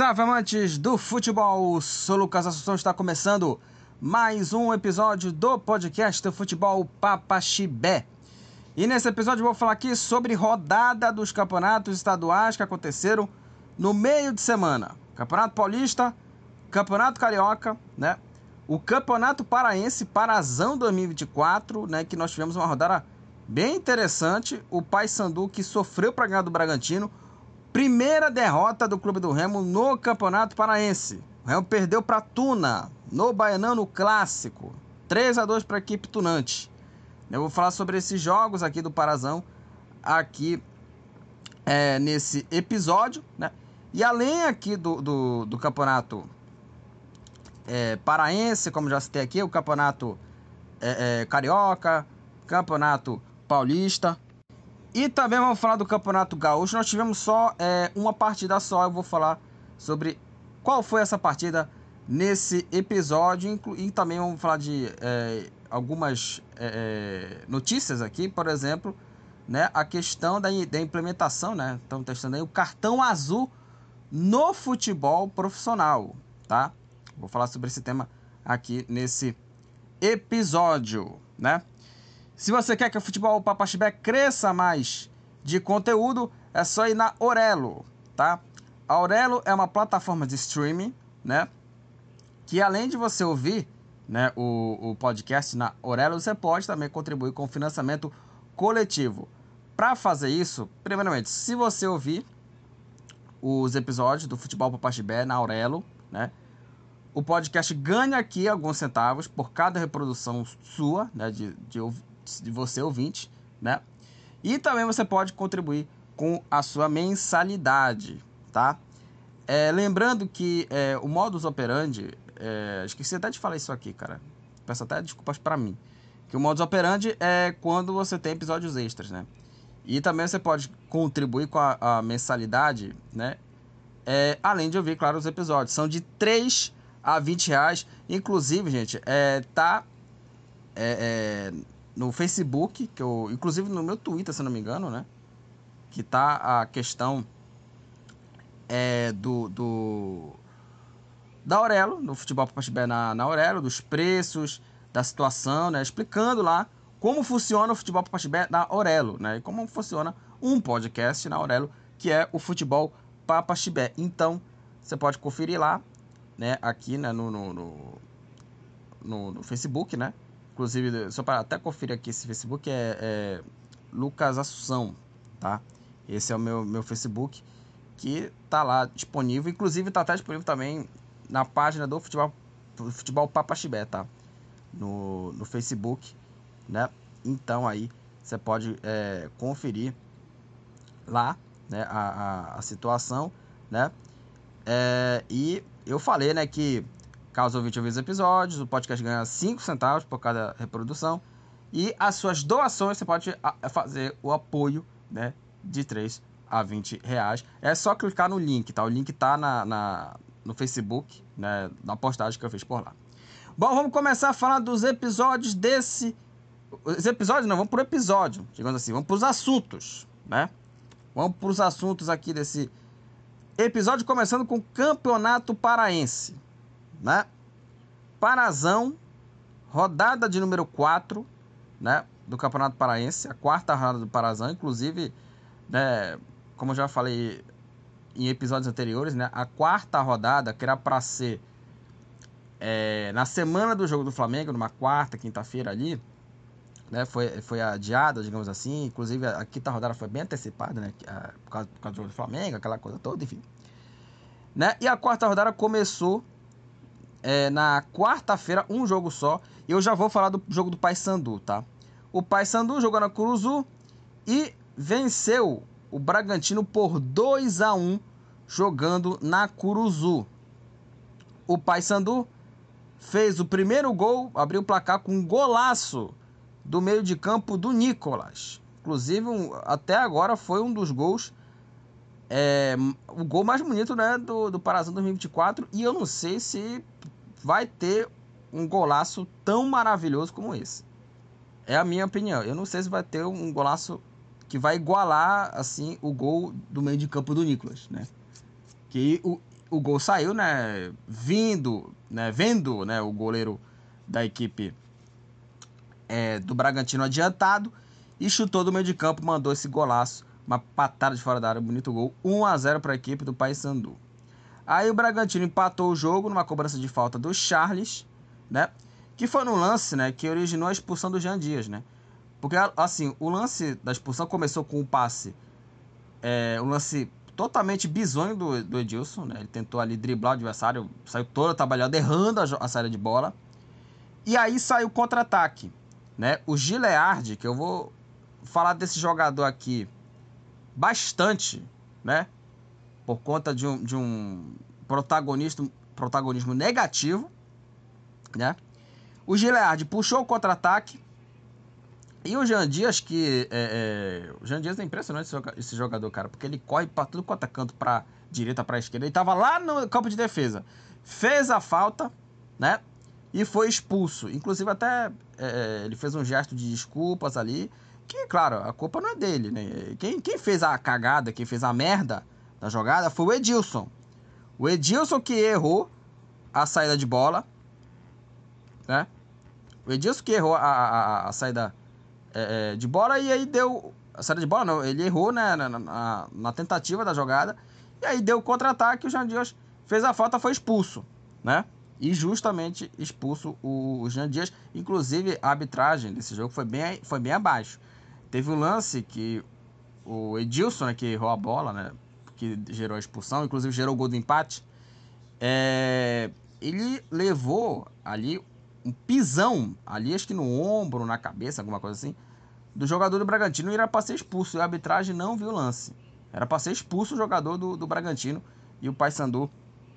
Salve, amantes do futebol! Sou Lucas Assunção, está começando mais um episódio do podcast do Futebol Papaxibé. E nesse episódio eu vou falar aqui sobre rodada dos campeonatos estaduais que aconteceram no meio de semana. Campeonato Paulista, Campeonato Carioca, né? O Campeonato Paraense, Parazão 2024, né? Que nós tivemos uma rodada bem interessante. O Paysandu que sofreu para ganhar do Bragantino. Primeira derrota do Clube do Remo no Campeonato Paraense. O Remo perdeu para Tuna, no Baianão, no Clássico. 3-2 para a equipe tunante. Eu vou falar sobre esses jogos aqui do Parazão, aqui nesse episódio, né? E além aqui do Campeonato Paraense, como já citei aqui, o Campeonato Carioca, Campeonato Paulista. E também vamos falar do Campeonato Gaúcho. Nós tivemos só uma partida só. Eu vou falar sobre qual foi essa partida nesse episódio. E também vamos falar de algumas notícias aqui. Por exemplo, né, a questão da implementação, né? Estamos testando aí o cartão azul no futebol profissional, tá? Vou falar sobre esse tema aqui nesse episódio, né? Se você quer que o Futebol Papaxibé cresça mais de conteúdo, é só ir na Orelo, tá? A Orelo é uma plataforma de streaming, né? Que além de você ouvir, né, o podcast na Orelo, você pode também contribuir com o financiamento coletivo. Para fazer isso, primeiramente, se você ouvir os episódios do Futebol Papaxibé na Orelo, né? O podcast ganha aqui alguns centavos por cada reprodução sua, né, de você ouvinte, né? E também você pode contribuir com a sua mensalidade, tá? Lembrando que o modus operandi, esqueci até de falar isso aqui, cara. Peço até desculpas para mim. Que o modus operandi é quando você tem episódios extras, né? E também você pode contribuir com a mensalidade, né? Além de ouvir, claro, os episódios. São de 3 a 20 reais. Inclusive, gente, tá no Facebook, inclusive no meu Twitter, se não me engano, né? Que tá a questão da Orelo, no Futebol Papaxibé na Orelo, dos preços, da situação, né? Explicando lá como funciona o Futebol Papaxibé na Orelo, né? E como funciona um podcast na Orelo, que é o Futebol Papaxibé. Então, você pode conferir lá, né? Aqui, né? No Facebook, né? Inclusive, só para até conferir aqui, esse Facebook é Lucas Assunção, tá? Esse é o meu Facebook, que tá lá disponível. Inclusive, tá até disponível também na página do Futebol Papaxibé, tá? No Facebook, né? Então, aí, você pode conferir lá, né? A situação, né? E eu falei, né, que caso o ouvinte ouvir os episódios, o podcast ganha 5 centavos por cada reprodução. E as suas doações, você pode fazer o apoio, né, de 3 a 20 reais. É só clicar no link, tá? O link tá no Facebook, né, na postagem que eu fiz por lá. Bom, vamos começar a falar dos episódios Os episódios não, vamos pro episódio, digamos assim. Vamos pros assuntos, né? Vamos pros assuntos aqui desse episódio, começando com o Campeonato Paraense, né? Parazão, rodada de número 4, né, do Campeonato Paraense, a quarta rodada do Parazão, inclusive, né, como eu já falei em episódios anteriores, né, a quarta rodada, que era para ser na semana do jogo do Flamengo, numa quarta, quinta-feira ali, né, foi adiada, digamos assim. Inclusive a quinta rodada foi bem antecipada, né, por causa do jogo do Flamengo, aquela coisa toda, enfim, né, e a quarta rodada começou na quarta-feira, um jogo só. E eu já vou falar do jogo do Paysandu, tá? O Paysandu jogou na Curuzu e venceu o Bragantino por 2-1 jogando na Curuzu. O Paysandu fez o primeiro gol, abriu o placar com um golaço do meio de campo do Nicolas. Inclusive, até agora foi um dos gols, o gol mais bonito, né, do Parazão 2024. E eu não sei se vai ter um golaço tão maravilhoso como esse. É a minha opinião. Eu não sei se vai ter um golaço que vai igualar, assim, o gol do meio de campo do Nicolas, né? Que o gol saiu, né? Vendo, né, o goleiro da equipe do Bragantino adiantado e chutou do meio de campo, mandou esse golaço, uma patada de fora da área, bonito gol, 1-0 para a equipe do Paysandu. Aí o Bragantino empatou o jogo numa cobrança de falta do Charles, né? Que foi no lance, né, que originou a expulsão do Jean Dias, né? Porque, assim, o lance da expulsão começou com um passe, um lance totalmente bizonho do Edilson, né? Ele tentou ali driblar o adversário, saiu todo trabalhado, errando a saída de bola. E aí saiu o contra-ataque, né? O Gilead, que eu vou falar desse jogador aqui bastante, né? Por conta de um protagonismo negativo, né? O Gilead puxou o contra-ataque e o Jean Dias, o Jean Dias é impressionante esse jogador, cara, porque ele corre pra tudo quanto é canto, pra direita, pra esquerda. Ele tava lá no campo de defesa, fez a falta, né? E foi expulso. Inclusive até ele fez um gesto de desculpas ali, que, claro, a culpa não é dele, né? Quem fez a cagada, quem fez a merda da jogada foi o Edilson. O Edilson que errou a saída de bola, né? O Edilson que errou a saída de bola, e aí deu... A saída de bola não, ele errou, né, na tentativa da jogada, e aí deu contra-ataque, o Jean Dias fez a falta, foi expulso, né? E justamente expulso o Jean Dias. Inclusive a arbitragem desse jogo foi bem abaixo. Teve um lance que o Edilson, né, que errou a bola, né, que gerou a expulsão, inclusive gerou o gol do empate. Ele levou ali um pisão, ali acho que no ombro, na cabeça, alguma coisa assim, do jogador do Bragantino, e era para ser expulso. E a arbitragem não viu o lance. Era para ser expulso o jogador do Bragantino. E o Paysandu,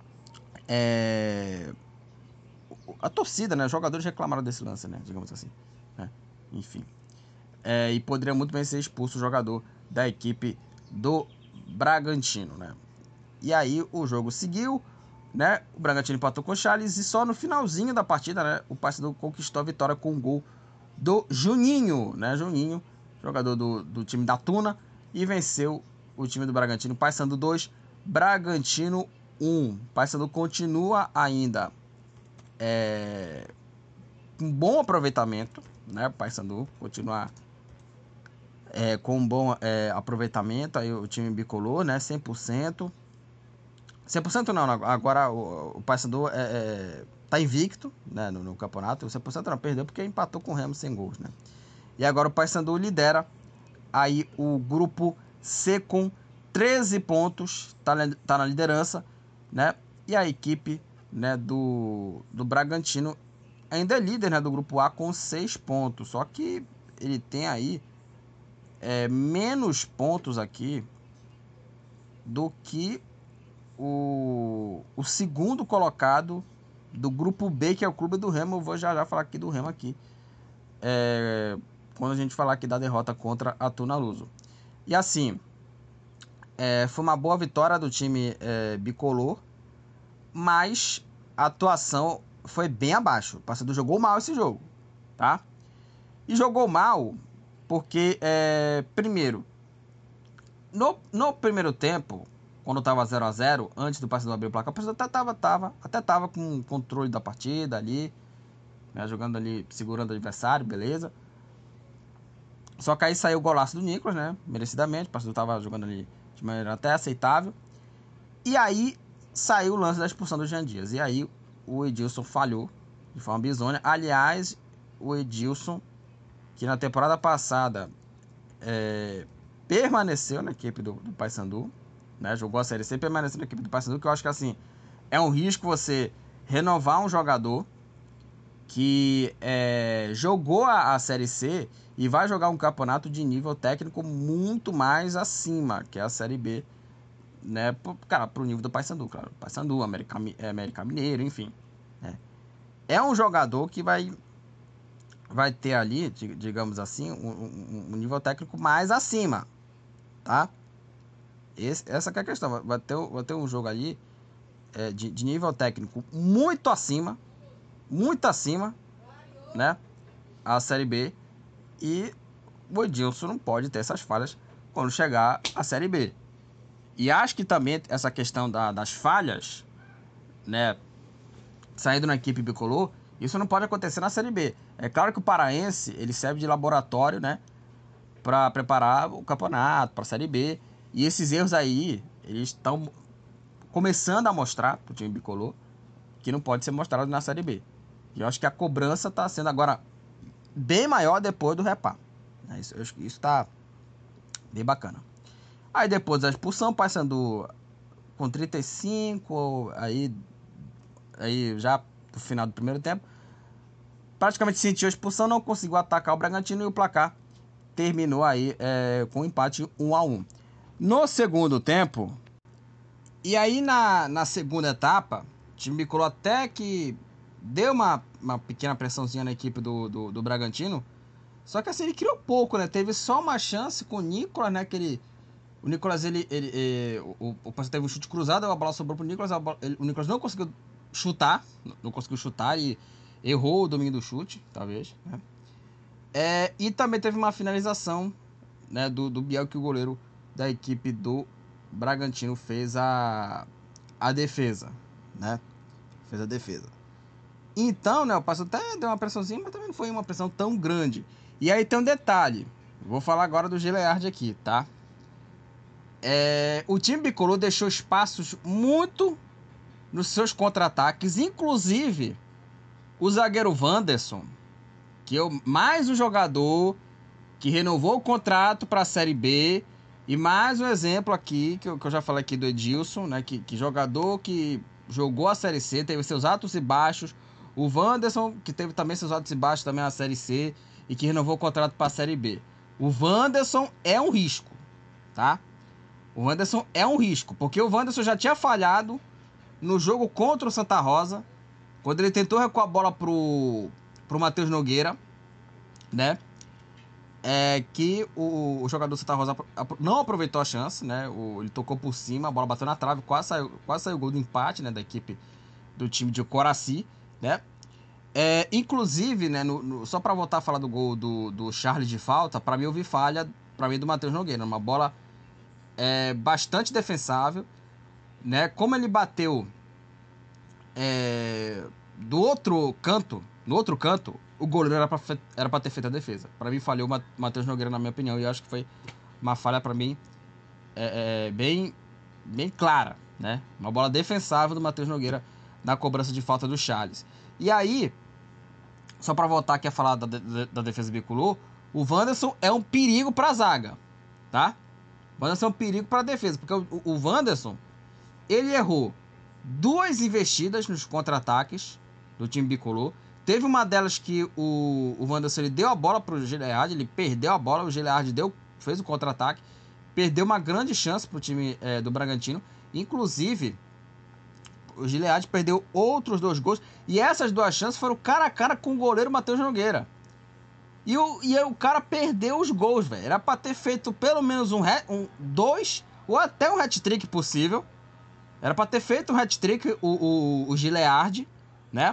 a torcida, né, os jogadores reclamaram desse lance, né, digamos assim, né? Enfim. E poderia muito bem ser expulso o jogador da equipe do Bragantino, né? E aí o jogo seguiu, né? O Bragantino empatou com o Charles e só no finalzinho da partida, né, o Paysandu conquistou a vitória com um gol do Juninho, né? Juninho, jogador do time da Tuna, e venceu o time do Bragantino. Paysandu 2, Bragantino 1. Paysandu continua ainda com bom aproveitamento, né? O Paysandu continua com um bom aproveitamento. Aí o time bicolor, né? 100%. 100% não, agora o Paysandu tá invicto, né, no campeonato. O 100% não, perdeu porque empatou com o Remo sem gols, né? E agora o Paysandu lidera aí o grupo C com 13 pontos, tá na liderança, né? E a equipe, né, do Bragantino ainda é líder, né, do grupo A com 6 pontos. Só que ele tem aí menos pontos aqui do que o segundo colocado do grupo B, que é o Clube do Remo. Eu vou já falar aqui do Remo aqui, quando a gente falar aqui da derrota contra a Tuna Luso. E assim, foi uma boa vitória do time bicolor, mas a atuação foi bem abaixo. O Paysandu jogou mal esse jogo, tá? E jogou mal porque, primeiro, no primeiro tempo, quando tava 0-0, antes do Paysandu abrir o placar, o Paysandu até tava com o controle da partida ali, né, jogando ali, segurando o adversário, beleza. Só que aí saiu o golaço do Nicolas, né, merecidamente. O Paysandu tava jogando ali de maneira até aceitável. E aí saiu o lance da expulsão do Jean Dias. E aí o Edilson falhou de forma bizonha. Aliás, o Edilson, que na temporada passada permaneceu na equipe do Paysandu, né? Jogou a Série C, permaneceu na equipe do Paysandu, que eu acho que assim, é um risco você renovar um jogador que jogou a Série C e vai jogar um campeonato de nível técnico muito mais acima, que é a Série B, né? Cara, pro nível do Paysandu, claro. Paysandu, América Mineiro, enfim, né? É um jogador que vai ter ali, digamos assim, um nível técnico mais acima, tá? Essa que é a questão. Vai ter um jogo ali de nível técnico muito acima, né? A Série B. E o Edilson não pode ter essas falhas quando chegar à Série B. E acho que também essa questão das falhas, né, saindo na equipe bicolor, isso não pode acontecer na Série B. É claro que o Paraense, ele serve de laboratório, né, para preparar o campeonato, para a Série B. E esses erros aí, eles estão começando a mostrar para o time bicolor que não pode ser mostrado na Série B. E eu acho que a cobrança está sendo agora bem maior depois do Repá. Isso está bem bacana. Aí depois da expulsão, Paysandu com 35, aí já no final do primeiro tempo, praticamente sentiu a expulsão, não conseguiu atacar o Bragantino e o placar terminou aí com um empate 1-1. No segundo tempo, e aí na segunda etapa, o time bicolor até que deu uma pequena pressãozinha na equipe do Bragantino, só que assim, ele criou pouco, né? Teve só uma chance com o Nicolas, né? O Nicolas, o Paysandu teve um chute cruzado, a bola sobrou pro Nicolas, o Nicolas não conseguiu chutar e errou o domínio do chute, talvez, né? E também teve uma finalização, né, do Biel, que o goleiro da equipe do Bragantino fez a defesa, né? Fez a defesa. Então, né, o Paysandu até deu uma pressãozinha, mas também não foi uma pressão tão grande. E aí tem um detalhe, vou falar agora do Gilead aqui, tá? O time bicolor deixou espaços muito nos seus contra-ataques, inclusive o zagueiro Wanderson, que é mais um jogador que renovou o contrato para a Série B, e mais um exemplo aqui, que eu já falei aqui do Edilson, né, que jogador que jogou a Série C, teve seus altos e baixos, o Wanderson, que teve também seus altos e baixos também na Série C, e que renovou o contrato para a Série B. O Wanderson é um risco, tá? O Wanderson é um risco, porque o Wanderson já tinha falhado no jogo contra o Santa Rosa, quando ele tentou recuar a bola pro Matheus Nogueira, né? Que o jogador do Santa Rosa não aproveitou a chance, né? Ele tocou por cima, a bola bateu na trave, quase saiu o gol do empate, né? Da equipe do time de Coraci, né? Inclusive, né? Só para voltar a falar do gol do Charles de falta, para mim eu vi falha, para mim do Matheus Nogueira, uma bola bastante defensável, né? Como ele bateu do outro canto, no outro canto, o goleiro era pra ter feito a defesa. Para mim falhou o Matheus Nogueira, na minha opinião, e eu acho que foi uma falha para mim bem clara, né? Uma bola defensável do Matheus Nogueira na cobrança de falta do Charles. E aí, só para voltar aqui a falar da defesa bicolor, o Wanderson é um perigo para a zaga, tá? O Wanderson é um perigo para a defesa, porque o Wanderson, ele errou 2 investidas nos contra-ataques do time bicolor. Teve uma delas que o Wanderson ele deu a bola pro Gilead, ele perdeu a bola, o Gilead fez o contra-ataque, perdeu uma grande chance pro time do Bragantino. Inclusive, o Gilead perdeu outros 2 gols, e essas 2 chances foram cara a cara com o goleiro Matheus Nogueira. E o cara perdeu os gols, velho. Era pra ter feito pelo menos 2 ou até um hat-trick possível. Era pra ter feito um hat-trick o Gilead, né?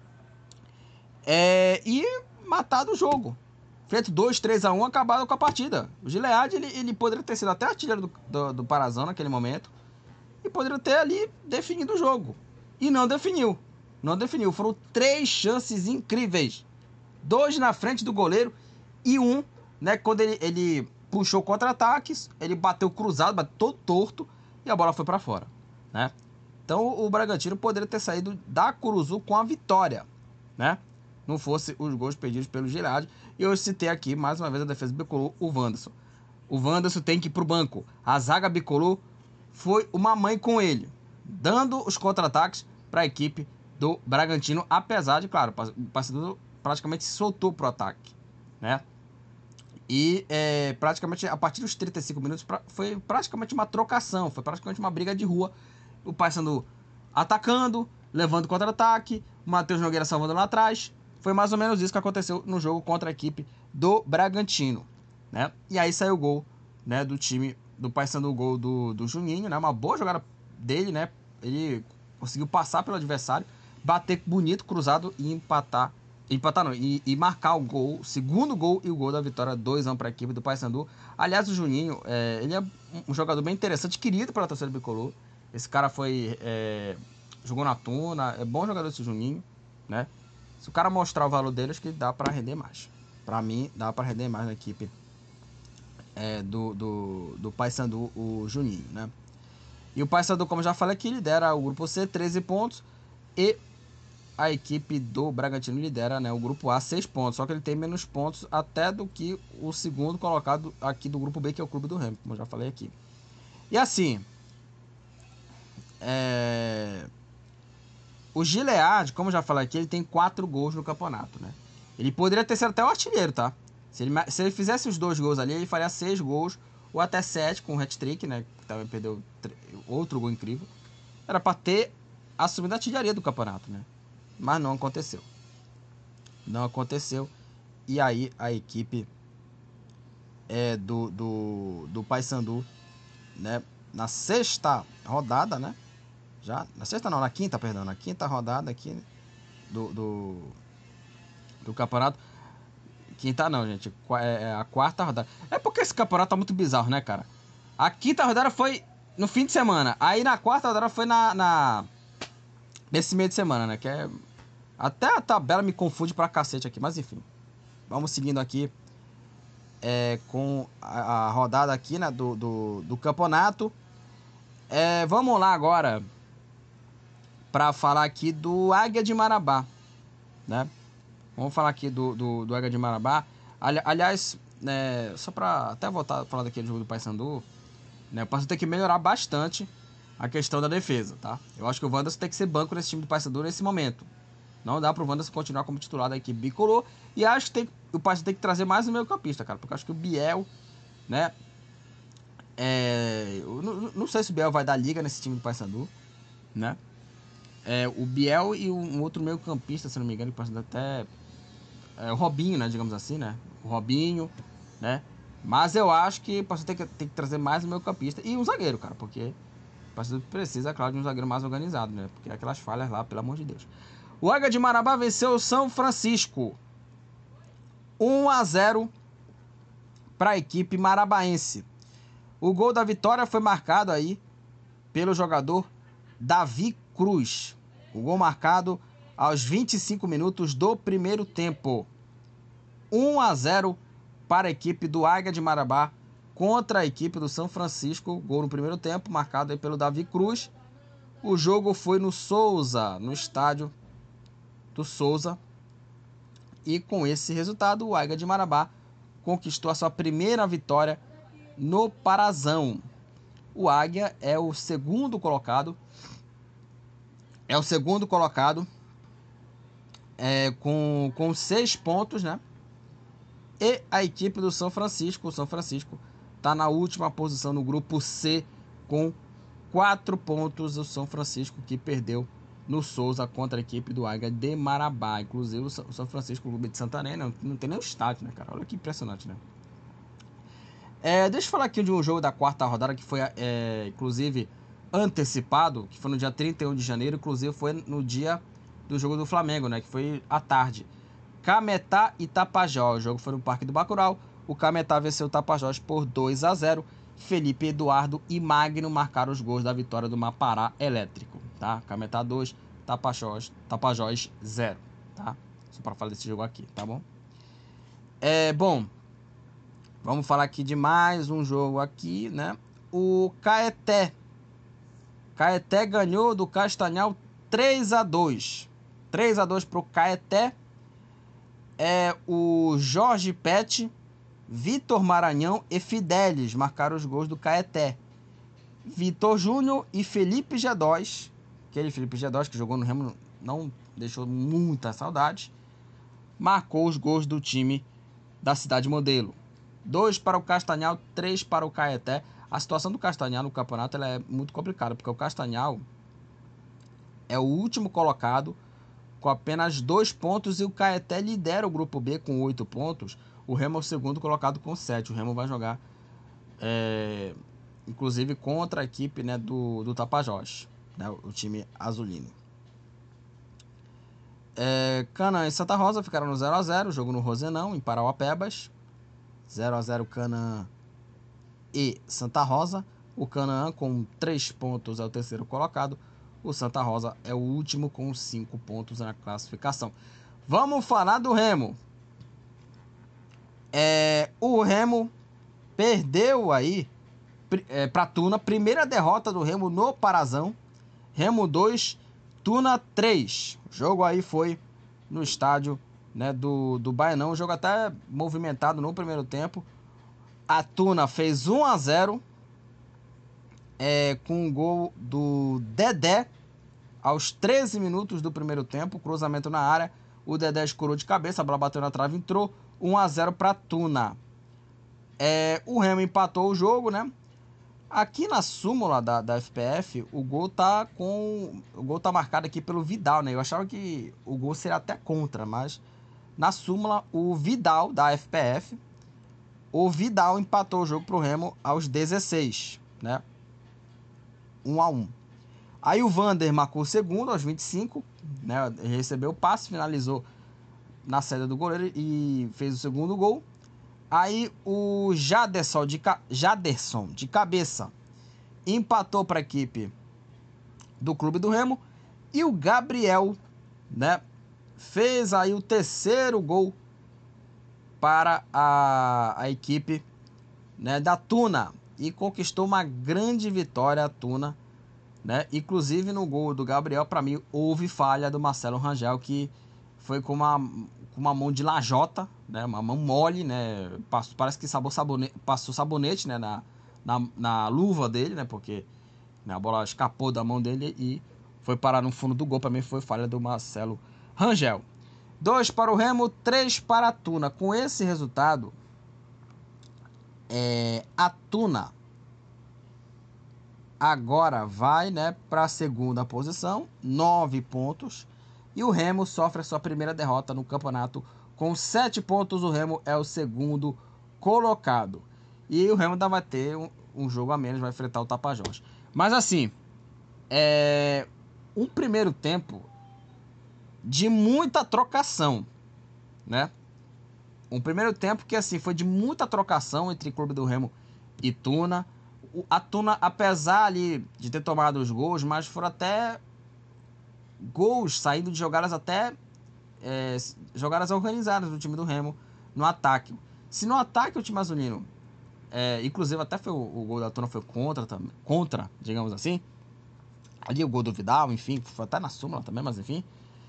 E matado o jogo. Feito 2-3-1, acabado com a partida. O Gilead, ele poderia ter sido até artilheiro do Parazão naquele momento. E poderia ter ali definido o jogo. E não definiu. Não definiu. Foram 3 chances incríveis. 2 na frente do goleiro e né, quando ele puxou contra-ataques, ele bateu cruzado, bateu todo torto e a bola foi para fora, né? Então o Bragantino poderia ter saído da Curuzu com a vitória, né? Não fosse os gols perdidos pelo Gilead. E eu citei aqui mais uma vez a defesa bicolor, o Wanderson. O Wanderson tem que ir pro banco. A zaga bicolor foi uma mãe com ele, dando os contra-ataques para a equipe do Bragantino, apesar de, claro, o Paysandu praticamente se soltou pro ataque, né? E praticamente a partir dos 35 minutos foi praticamente uma trocação, foi praticamente uma briga de rua. O Paysandu atacando, levando contra-ataque, o Matheus Nogueira salvando lá atrás. Foi mais ou menos isso que aconteceu no jogo contra a equipe do Bragantino, né? E aí saiu o gol, né, do time do Paysandu, o gol do Juninho, né? Uma boa jogada dele, né? Ele conseguiu passar pelo adversário, bater bonito, cruzado e empatar Empatar não, e marcar o gol, o segundo gol e o gol da vitória, 2-1 para a equipe do Paysandu. Aliás, o Juninho, ele é um jogador bem interessante, querido pela torcida bicolor. Esse cara jogou na Tuna, é bom jogador esse Juninho, né? Se o cara mostrar o valor dele, acho que dá para render mais. Para mim, dá para render mais na equipe do Paysandu, o Juninho, né? E o Paysandu, como já falei aqui, lidera o grupo C, 13 pontos. E a equipe do Bragantino lidera, né, o grupo A, 6 pontos. Só que ele tem menos pontos até do que o segundo colocado aqui do grupo B, que é o Clube do Remo, como eu já falei aqui. E assim, o Gilead, como eu já falei aqui, ele tem 4 gols no campeonato, né? Ele poderia ter sido até o artilheiro, tá? Se ele fizesse os 2 gols ali, ele faria 6 gols, ou até 7 com o hat-trick, né? Que também perdeu outro gol incrível. Era para ter assumido a artilharia do campeonato, né? Mas não aconteceu. Não aconteceu. E aí a equipe do Paysandu, né? Na sexta rodada, né? Já, na sexta não, na quinta, perdão. Na quinta rodada aqui do campeonato. Quinta não, gente. É a quarta rodada. É porque esse campeonato tá muito bizarro, né, cara? A quinta rodada foi no fim de semana. Aí na quarta rodada foi nesse meio de semana, né? Que é... Até a tabela me confunde pra cacete aqui, mas enfim. Vamos seguindo aqui com a rodada aqui, né, do campeonato. Vamos lá agora para falar aqui do Águia de Marabá, né? Vamos falar aqui do Águia de Marabá. Aliás, né, só para até voltar a falar daquele jogo do Paysandu, né, o Paysandu tem que melhorar bastante a questão da defesa, tá? Eu acho que o Wanderson tem que ser banco nesse time do Paysandu nesse momento. Não dá pro Wanderson continuar como titular da equipe bicolor. E acho que o Paysandu tem que trazer mais um meio campista, cara. Porque eu acho que o Biel, né? Eu não sei se o Biel vai dar liga nesse time do Paysandu, né? O Biel e um outro meio campista, se não me engano, que passa até... o Robinho, né? Digamos assim, né? O Robinho, né? Mas eu acho que o Paysandu tem que trazer mais um meio campista e um zagueiro, cara. Porque o Paysandu precisa, claro, de um zagueiro mais organizado, né? Porque aquelas falhas lá, pelo amor de Deus. O Águia de Marabá venceu o São Francisco 1-0 para a equipe marabaense. O gol da vitória foi marcado aí pelo jogador Davi Cruz. O gol marcado aos 25 minutos do primeiro tempo. 1-0 para a equipe do Águia de Marabá contra a equipe do São Francisco. Gol no primeiro tempo, marcado aí pelo Davi Cruz. O jogo foi no Souza, no estádio do Souza. E com esse resultado, o Águia de Marabá conquistou a sua primeira vitória no Parazão. O Águia é o segundo colocado. Com 6 pontos, né? E a equipe do São Francisco, o São Francisco, está na última posição no grupo C com 4 pontos. O São Francisco que perdeu no Souza contra a equipe do Águia de Marabá. Inclusive o São Francisco, o Clube de Santarém, não tem nem o estádio, né, cara? Olha que impressionante, né? Deixa eu falar aqui de um jogo da quarta rodada que foi, inclusive, antecipado, que foi no dia 31 de janeiro, inclusive foi no dia do jogo do Flamengo, né? Que foi à tarde. Cametá e Tapajós. O jogo foi no Parque do Bacurau. O Cametá venceu o Tapajós por 2-0. Felipe Eduardo e Magno marcaram os gols da vitória do Mapará Elétrico, tá? Cametá 2, Tapajós 0, tá? Só para falar desse jogo aqui, tá bom? Bom, vamos falar aqui de mais um jogo aqui, né? O Caeté. Caeté ganhou do Castanhal 3-2. 3-2 pro Caeté. O Jorge Pet, Vitor Maranhão e Fidelis marcaram os gols do Caeté. Vitor Júnior e Felipe Gedós, aquele Felipe Gedós que jogou no Remo, não deixou muita saudade, marcou os gols do time da Cidade Modelo. 2 para o Castanhal, 3 para o Caeté. A situação do Castanhal no campeonato ela é muito complicada, porque o Castanhal é o último colocado com apenas 2 pontos e o Caeté lidera o grupo B com 8 pontos. O Remo é o segundo colocado com 7. O Remo vai jogar, inclusive, contra a equipe, né, do Tapajós, né, o time azulino. Canaã e Santa Rosa ficaram no 0x0, jogo no Rosenão, em Parauapebas. 0x0 Canaã e Santa Rosa. O Canaã com 3 pontos é o terceiro colocado. O Santa Rosa é o último com 5 pontos na classificação. Vamos falar do Remo. O Remo perdeu aí para Tuna. Primeira derrota do Remo no Parazão. Remo 2, Tuna 3. O jogo aí foi no estádio, né, do Baianão. Um jogo até movimentado no primeiro tempo. A Tuna fez 1x0 com um gol do Dedé aos 13 minutos do primeiro tempo. Cruzamento na área. O Dedé escorou de cabeça, a bola bateu na trave e entrou. 1x0 para Tuna. O Remo empatou o jogo, né? Aqui na súmula da FPF, o gol tá marcado aqui pelo Vidal, né? Eu achava que o gol seria até contra, mas na súmula, o Vidal da FPF, o Vidal empatou o jogo pro Remo aos 16, né? 1x1. Aí o Vander marcou o segundo aos 25, né? Recebeu o passe, finalizou na saída do goleiro e fez o segundo gol. Aí o Jaderson de cabeça empatou para a equipe do Clube do Remo. E o Gabriel, né, fez aí o terceiro gol para a equipe, né, da Tuna. E conquistou uma grande vitória a Tuna, né? Inclusive no gol do Gabriel, para mim, houve falha do Marcelo Rangel, que foi com uma mão de lajota, né? Uma mão mole, né? Parece que passou sabonete, né? Na luva dele, né? Porque, né, a bola escapou da mão dele e foi parar no fundo do gol. Para mim foi falha do Marcelo Rangel. 2 para o Remo, 3 para a Tuna. Com esse resultado, a Tuna agora vai, né, para a segunda posição, 9 pontos. E o Remo sofre a sua primeira derrota no campeonato com 7 pontos. O Remo é o segundo colocado. E o Remo ainda vai ter um jogo a menos, vai enfrentar o Tapajós. Mas assim, um primeiro tempo de muita trocação, né? Um primeiro tempo que assim foi de muita trocação entre Clube do Remo e Tuna. A Tuna, apesar ali de ter tomado os gols, mas foram até gols saindo de jogadas jogadas organizadas do time do Remo no ataque. Se no ataque o time azulino, inclusive até foi o gol da Tuna foi contra, digamos assim, ali o gol do Vidal, enfim, foi até na súmula também, mas enfim,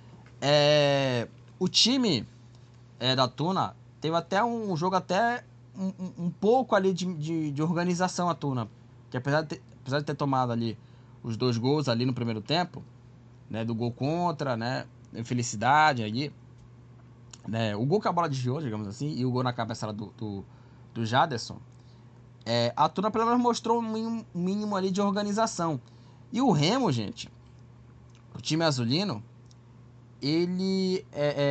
o time da Tuna teve até um jogo até um pouco ali de organização a Tuna, que apesar de ter tomado ali os 2 gols ali no primeiro tempo, né, do gol contra, né, infelicidade ali, né, o gol que a bola desviou, digamos assim, e o gol na cabeçada do Jaderson, a Tuna pelo menos mostrou um mínimo ali de organização. E o Remo, gente, o time azulino, ele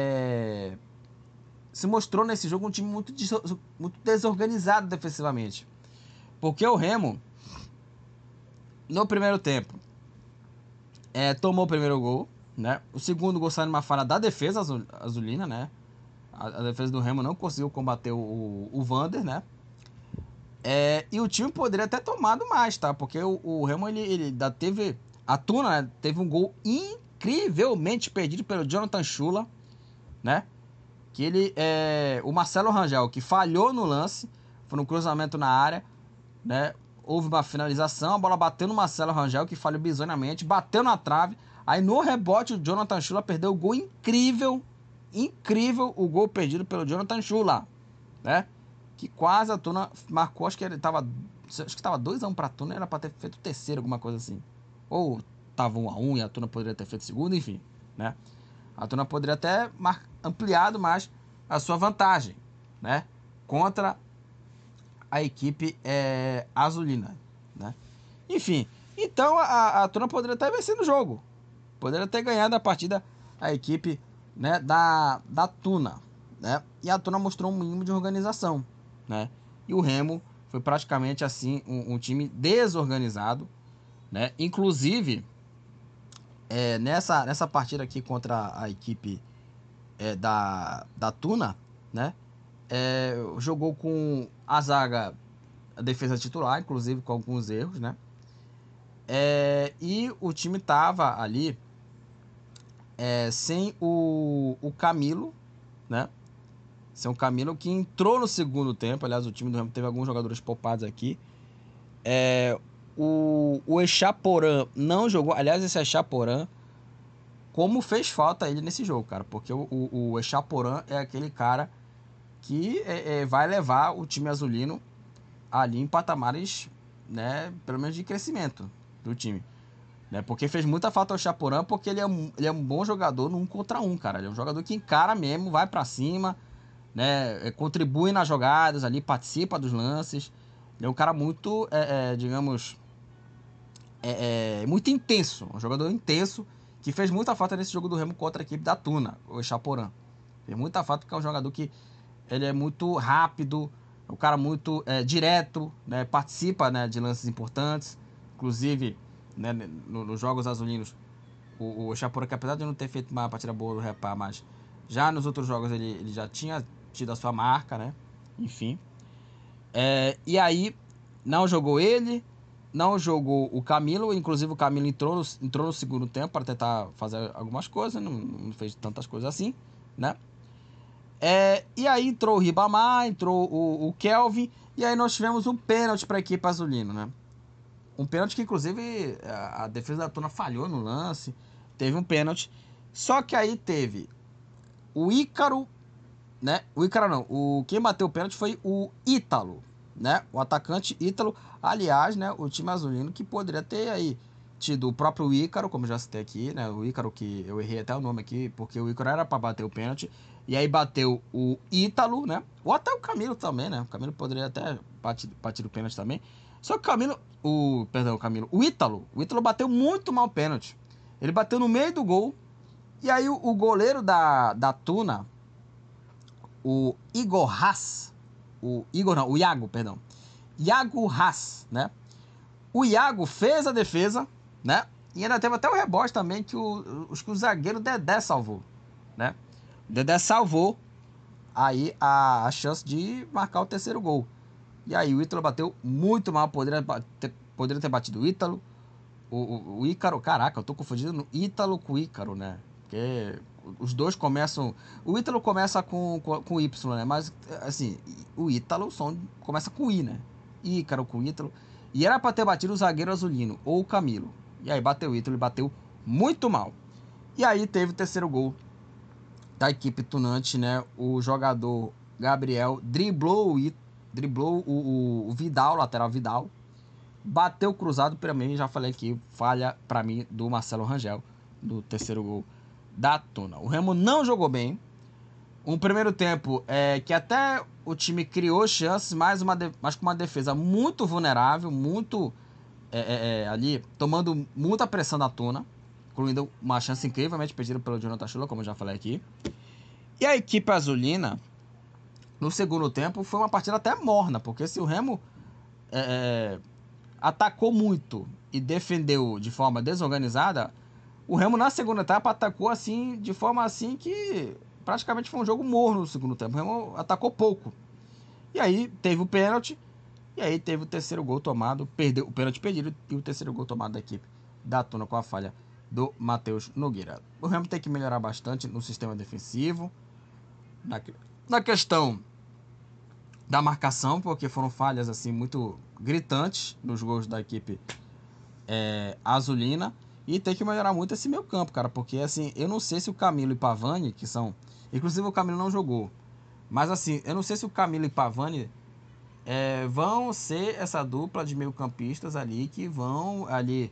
se mostrou nesse jogo um time muito desorganizado defensivamente. Porque o Remo, no primeiro tempo, tomou o primeiro gol, né? O segundo gol saiu numa falha da defesa azulina, né? A defesa do Remo não conseguiu combater o Vander, né? E o time poderia ter tomado mais, tá? Porque o Remo, ele ainda teve... A Tuna, né, teve um gol incrivelmente perdido pelo Jonathan Chula, né? Que o Marcelo Rangel, que falhou no lance, foi no cruzamento na área, né? Houve uma finalização, a bola bateu no Marcelo Rangel, que falhou bizonhamente, bateu na trave. Aí no rebote o Jonathan Chula perdeu o gol incrível o gol perdido pelo Jonathan Chula, né? Que quase a Tuna marcou, acho que tava 2x1 pra Tuna, era pra ter feito o terceiro, alguma coisa assim. Ou tava 1x1 e a Tuna poderia ter feito o segundo, enfim, né? A Tuna poderia até ampliado mais a sua vantagem, né? Contra a equipe azulina, né? Enfim, então a Tuna poderia estar vencendo o jogo. Poderia ter ganhado a partida a equipe, né, da Tuna, né? E a Tuna mostrou um mínimo de organização, né? E o Remo foi praticamente assim um time desorganizado, né? Inclusive, nessa partida aqui contra a equipe da Tuna, né? Jogou com a zaga, a defesa titular, inclusive com alguns erros, né? E o time tava ali sem o Camilo, né? Sem o Camilo, que entrou no segundo tempo. Aliás, o time do Remo teve alguns jogadores poupados aqui. O Echaporã não jogou. Aliás, esse Echaporã, como fez falta ele nesse jogo, cara. Porque o Echaporã é aquele cara que vai levar o time azulino ali em patamares, né, pelo menos de crescimento do time. Né? Porque fez muita falta ao Echaporã, porque ele é um bom jogador no 1 contra 1, cara. Ele é um jogador que encara mesmo, vai pra cima, né, contribui nas jogadas ali, participa dos lances. Ele é um cara muito, digamos, muito intenso, um jogador intenso, que fez muita falta nesse jogo do Remo contra a equipe da Tuna, o Echaporã. Fez muita falta porque é um jogador que ele é muito rápido, é um cara muito direto, né, participa, né, de lances importantes. Inclusive, né, nos jogos azulinos, o Echaporã, que apesar de não ter feito uma partida boa no Repá, mas já nos outros jogos ele já tinha tido a sua marca, né? Enfim. E aí, não jogou ele, não jogou o Camilo. Inclusive, o Camilo entrou no segundo tempo para tentar fazer algumas coisas, não fez tantas coisas assim, né? E aí entrou o Ribamar, entrou o Kelvin, e aí nós tivemos um pênalti para a equipe azulina, né? Um pênalti que, inclusive, a defesa da Tuna falhou no lance. Teve um pênalti. Só que aí teve o Ícaro, né? O Ícaro não. Quem bateu o pênalti foi o Ítalo, né? O atacante Ítalo. Aliás, né? O time azulino que poderia ter aí tido o próprio Ícaro, como já citei aqui, né? O Ícaro, que eu errei até o nome aqui, porque o Ícaro era para bater o pênalti. E aí bateu o Ítalo, né? Ou até o Camilo também, né? O Camilo poderia até batido o pênalti também. Só que o Camilo, o Ítalo bateu muito mal o pênalti. Ele bateu no meio do gol. E aí o goleiro da Tuna, o Igor Haas, o Iago, perdão. Iago Haas, né? O Iago fez a defesa, né? E ainda teve até o rebote também que o zagueiro Dedé salvou, né? O Dedé salvou aí a chance de marcar o terceiro gol. E aí o Ítalo bateu muito mal, poderia ter batido o Ítalo. O Ícaro, caraca, eu tô confundindo Ítalo com Ícaro, né? Porque os dois começam. O Ítalo começa com Y, né? Mas, assim, o Ítalo começa com I, né? Ícaro com Ítalo. E era pra ter batido o zagueiro azulino, ou o Camilo. E aí bateu o Ítalo e bateu muito mal. E aí teve o terceiro gol da equipe tunante, né? O jogador Gabriel driblou o Vidal, lateral Vidal. Bateu cruzado para mim, já falei aqui, falha para mim do Marcelo Rangel, do terceiro gol da Tuna. O Remo não jogou bem. Um primeiro tempo que até o time criou chances, mas com uma defesa muito vulnerável, muito ali, tomando muita pressão da Tuna, incluindo uma chance incrivelmente perdida pelo Jonathan Chula, como eu já falei aqui. E a equipe azulina, no segundo tempo, foi uma partida até morna, porque se o Remo atacou muito e defendeu de forma desorganizada, o Remo na segunda etapa atacou assim, de forma assim que praticamente foi um jogo morno no segundo tempo. O Remo atacou pouco. E aí teve o pênalti, e aí teve o terceiro gol tomado, perdeu o pênalti perdido e o terceiro gol tomado da equipe da Tuna com a falha do Matheus Nogueira. O Remo tem que melhorar bastante no sistema defensivo, na questão da marcação, porque foram falhas assim muito gritantes nos gols da equipe azulina. E tem que melhorar muito esse meio campo, cara, porque assim, eu não sei se o Camilo e Pavani, que são... Inclusive o Camilo não jogou. Mas assim, eu não sei se o Camilo e Pavani vão ser essa dupla de meio campistas ali, que vão ali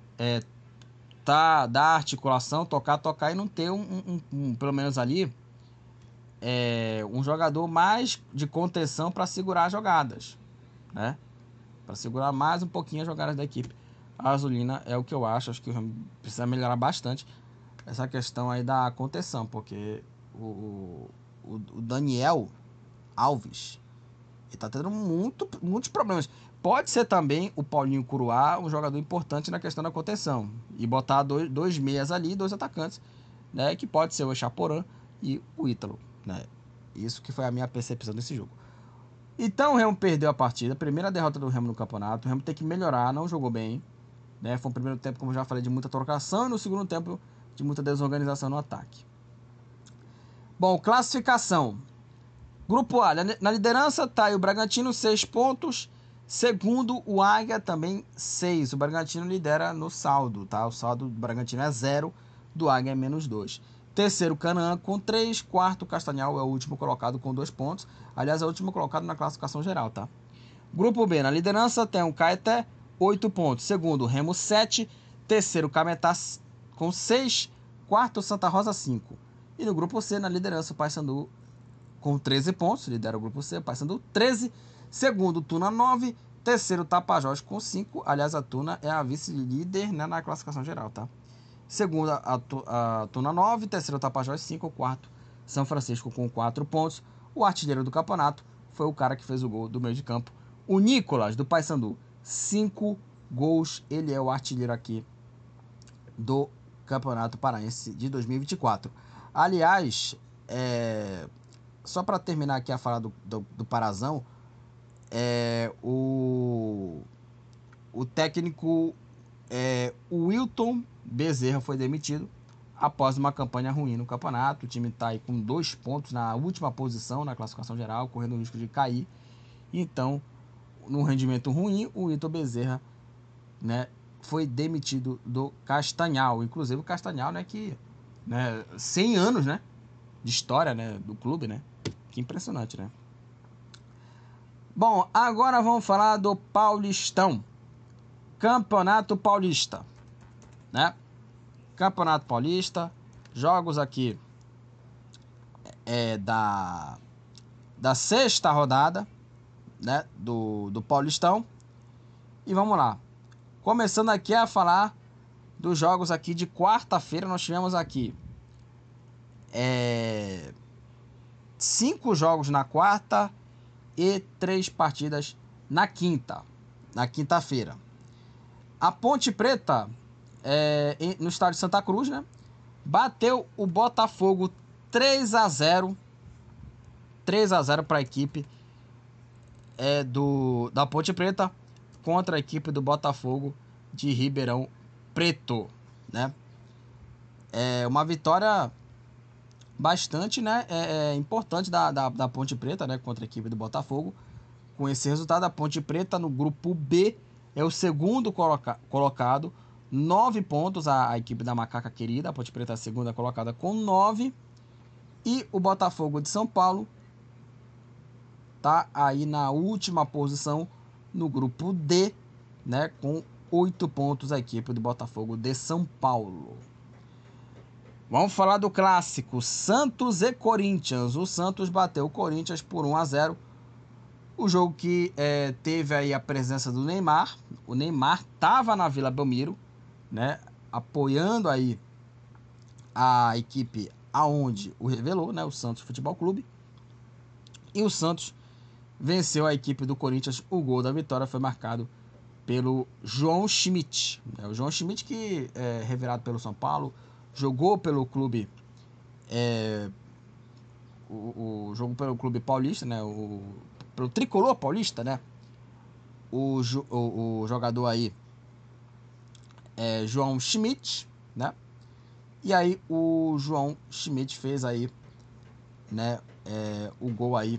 dar articulação, tocar e não ter pelo menos ali, um jogador mais de contenção para segurar as jogadas, né? Para segurar mais um pouquinho as jogadas da equipe. A azulina é o que eu acho que precisa melhorar bastante essa questão aí da contenção, porque o Daniel Alves, Ele tá tendo muitos problemas. Pode ser também o Paulinho Curuá um jogador importante na questão da contenção. E botar dois meias ali, 2 atacantes, né? Que pode ser o Echaporã e o Ítalo, né? Isso que foi a minha percepção desse jogo. Então o Remo perdeu a partida. Primeira derrota do Remo no campeonato. O Remo tem que melhorar, não jogou bem, né? Foi um primeiro tempo, como eu já falei, de muita trocação. E no segundo tempo, de muita desorganização no ataque. Bom, classificação. Grupo A, na liderança está aí o Bragantino, 6 pontos. Segundo, o Águia, também 6. O Bragantino lidera no saldo, tá? O saldo do Bragantino é 0, do Águia é -2. Terceiro, Canaã com 3. Quarto, Castanhal é o último colocado com 2 pontos. Aliás, é o último colocado na classificação geral, tá? Grupo B, na liderança tem o Caeté, 8 pontos. Segundo, Remo, 7. Terceiro, Cametá com 6. Quarto, Santa Rosa, 5. E no grupo C, na liderança, o Paysandu com 13 pontos, lidera o grupo C, o Paysandu 13. Segundo, Tuna 9. Terceiro, Tapajós com 5. Aliás, a Tuna é a vice-líder, né, na classificação geral, tá? Segundo, a Tuna 9. Terceiro, Tapajós 5. Quarto, São Francisco com 4 pontos. O artilheiro do campeonato foi o cara que fez o gol do meio de campo, o Nicolas, do Paysandu. 5 gols, ele é o artilheiro aqui do Campeonato Paraense de 2024. Aliás, só para terminar aqui a fala do Parazão, o técnico o Wilton Bezerra foi demitido após uma campanha ruim no campeonato. O time está aí com 2 pontos na última posição na classificação geral, correndo o risco de cair. Então, num rendimento ruim, o Wilton Bezerra, né, foi demitido do Castanhal. Inclusive o Castanhal, né, que, né, 100 anos, né, de história, né, do clube, né? Que impressionante, né? Bom, agora vamos falar do Paulistão. Campeonato Paulista, né? Campeonato Paulista, jogos aqui da 6ª rodada, né, do Paulistão. E vamos lá. Começando aqui a falar dos jogos aqui de quarta-feira, nós tivemos aqui 5 jogos na quarta e 3 partidas na quinta-feira. A Ponte Preta, no estádio Santa Cruz, né, bateu o Botafogo 3-0 para a equipe da Ponte Preta contra a equipe do Botafogo de Ribeirão Preto, né? É uma vitória bastante, né, importante da Ponte Preta, né, contra a equipe do Botafogo. Com esse resultado, a Ponte Preta no grupo B é o segundo colocado, 9 pontos. A equipe da Macaca Querida, a Ponte Preta é a segunda colocada com 9. E o Botafogo de São Paulo tá aí na última posição no grupo D, né, com 8 pontos a equipe do Botafogo de São Paulo. Vamos falar do clássico Santos e Corinthians. O Santos bateu o Corinthians por 1-0. O jogo que teve aí a presença do Neymar. O Neymar estava na Vila Belmiro, né, apoiando aí a equipe aonde o revelou, né, o Santos Futebol Clube. E o Santos venceu a equipe do Corinthians. O gol da vitória foi marcado pelo João Schmidt. O João Schmidt, que é revelado pelo São Paulo, jogou pelo clube, jogou pelo clube paulista, né, pelo tricolor paulista, né, o jogador aí João Schmidt, né, e aí o João Schmidt fez aí, né, o gol aí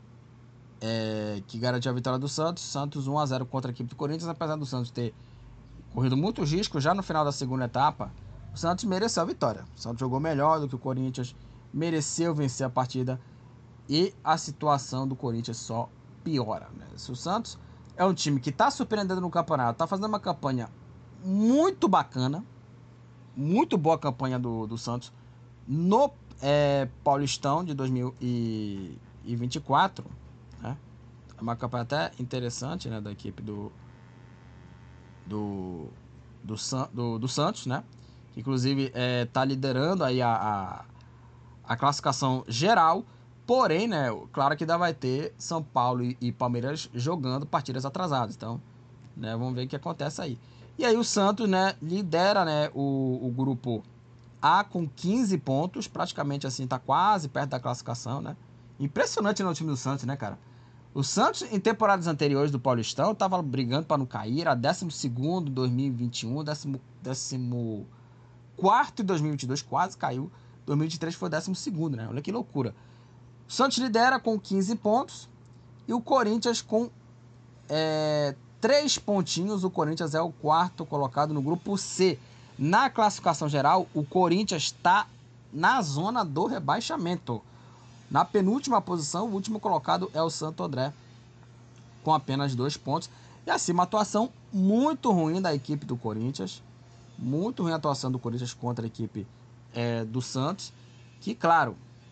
que garantiu a vitória do Santos. Santos 1-0 contra a equipe do Corinthians. Apesar do Santos ter corrido muitos riscos já no final da segunda etapa, o Santos mereceu a vitória. O Santos jogou melhor do que o Corinthians, mereceu vencer a partida e a situação do Corinthians só piora, né? O Santos é um time que está surpreendendo no campeonato, está fazendo uma campanha muito bacana, muito boa campanha do Santos no Paulistão de 2024, né? É uma campanha até interessante, né, da equipe do Santos, né? Que inclusive está liderando aí a classificação geral. Porém, né, claro que ainda vai ter São Paulo e Palmeiras jogando partidas atrasadas. Então, né, vamos ver o que acontece aí. E aí o Santos, né, lidera, né, o grupo A com 15 pontos. Praticamente assim, tá quase perto da classificação, né? Impressionante no time do Santos, né, cara? O Santos, em temporadas anteriores do Paulistão, tava brigando para não cair. Era 12º em 2021, 14º em 2022, quase caiu. 2023 foi 12º, né? Olha que loucura. O Santos lidera com 15 pontos e o Corinthians com 3 pontinhos. O Corinthians é o quarto colocado no grupo C. Na classificação geral, o Corinthians está na zona do rebaixamento. Na penúltima posição, o último colocado é o Santo André, com apenas 2 pontos. E assim, uma atuação muito ruim da equipe do Corinthians. Muito ruim a atuação do Corinthians contra a equipe do Santos. Que, claro,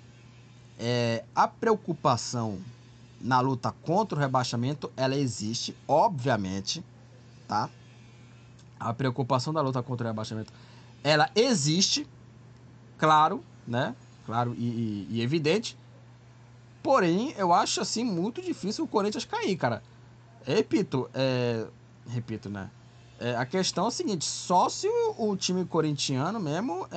a preocupação na luta contra o rebaixamento, ela existe, obviamente, tá? A preocupação da luta contra o rebaixamento, ela existe, claro, né? Claro e evidente. Porém, eu acho, assim, muito difícil o Corinthians cair, cara. Repito, né? A questão é a seguinte, só se o time corintiano mesmo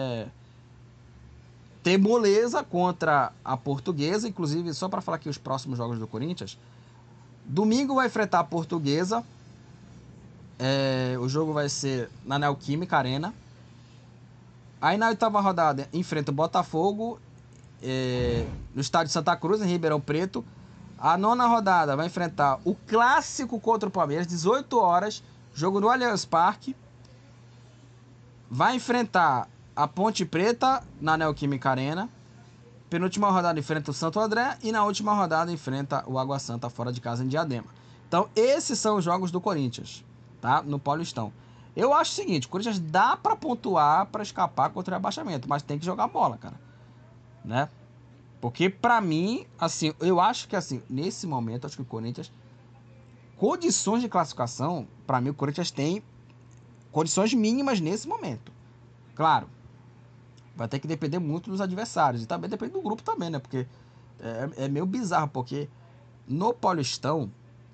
ter moleza contra a Portuguesa. Inclusive, só para falar aqui os próximos jogos do Corinthians. Domingo vai enfrentar a Portuguesa. O jogo vai ser na Neoquímica Arena. Aí na 8ª rodada enfrenta o Botafogo no estádio Santa Cruz, em Ribeirão Preto. A 9ª rodada vai enfrentar o clássico contra o Palmeiras, 18 horas, jogo no Allianz Parque. Vai enfrentar a Ponte Preta na Neoquímica Arena. Penúltima rodada enfrenta o Santo André e na última rodada enfrenta o Água Santa fora de casa em Diadema. Então esses são os jogos do Corinthians, tá? No Paulistão. Eu acho o seguinte, o Corinthians dá pra pontuar pra escapar contra o rebaixamento, mas tem que jogar bola, cara, né? Porque pra mim, assim, eu acho que assim, nesse momento, acho que o Corinthians, condições de classificação, pra mim o Corinthians tem condições mínimas nesse momento. Claro, vai ter que depender muito dos adversários. E também depende do grupo também, né? Porque é meio bizarro, porque no Paulistão,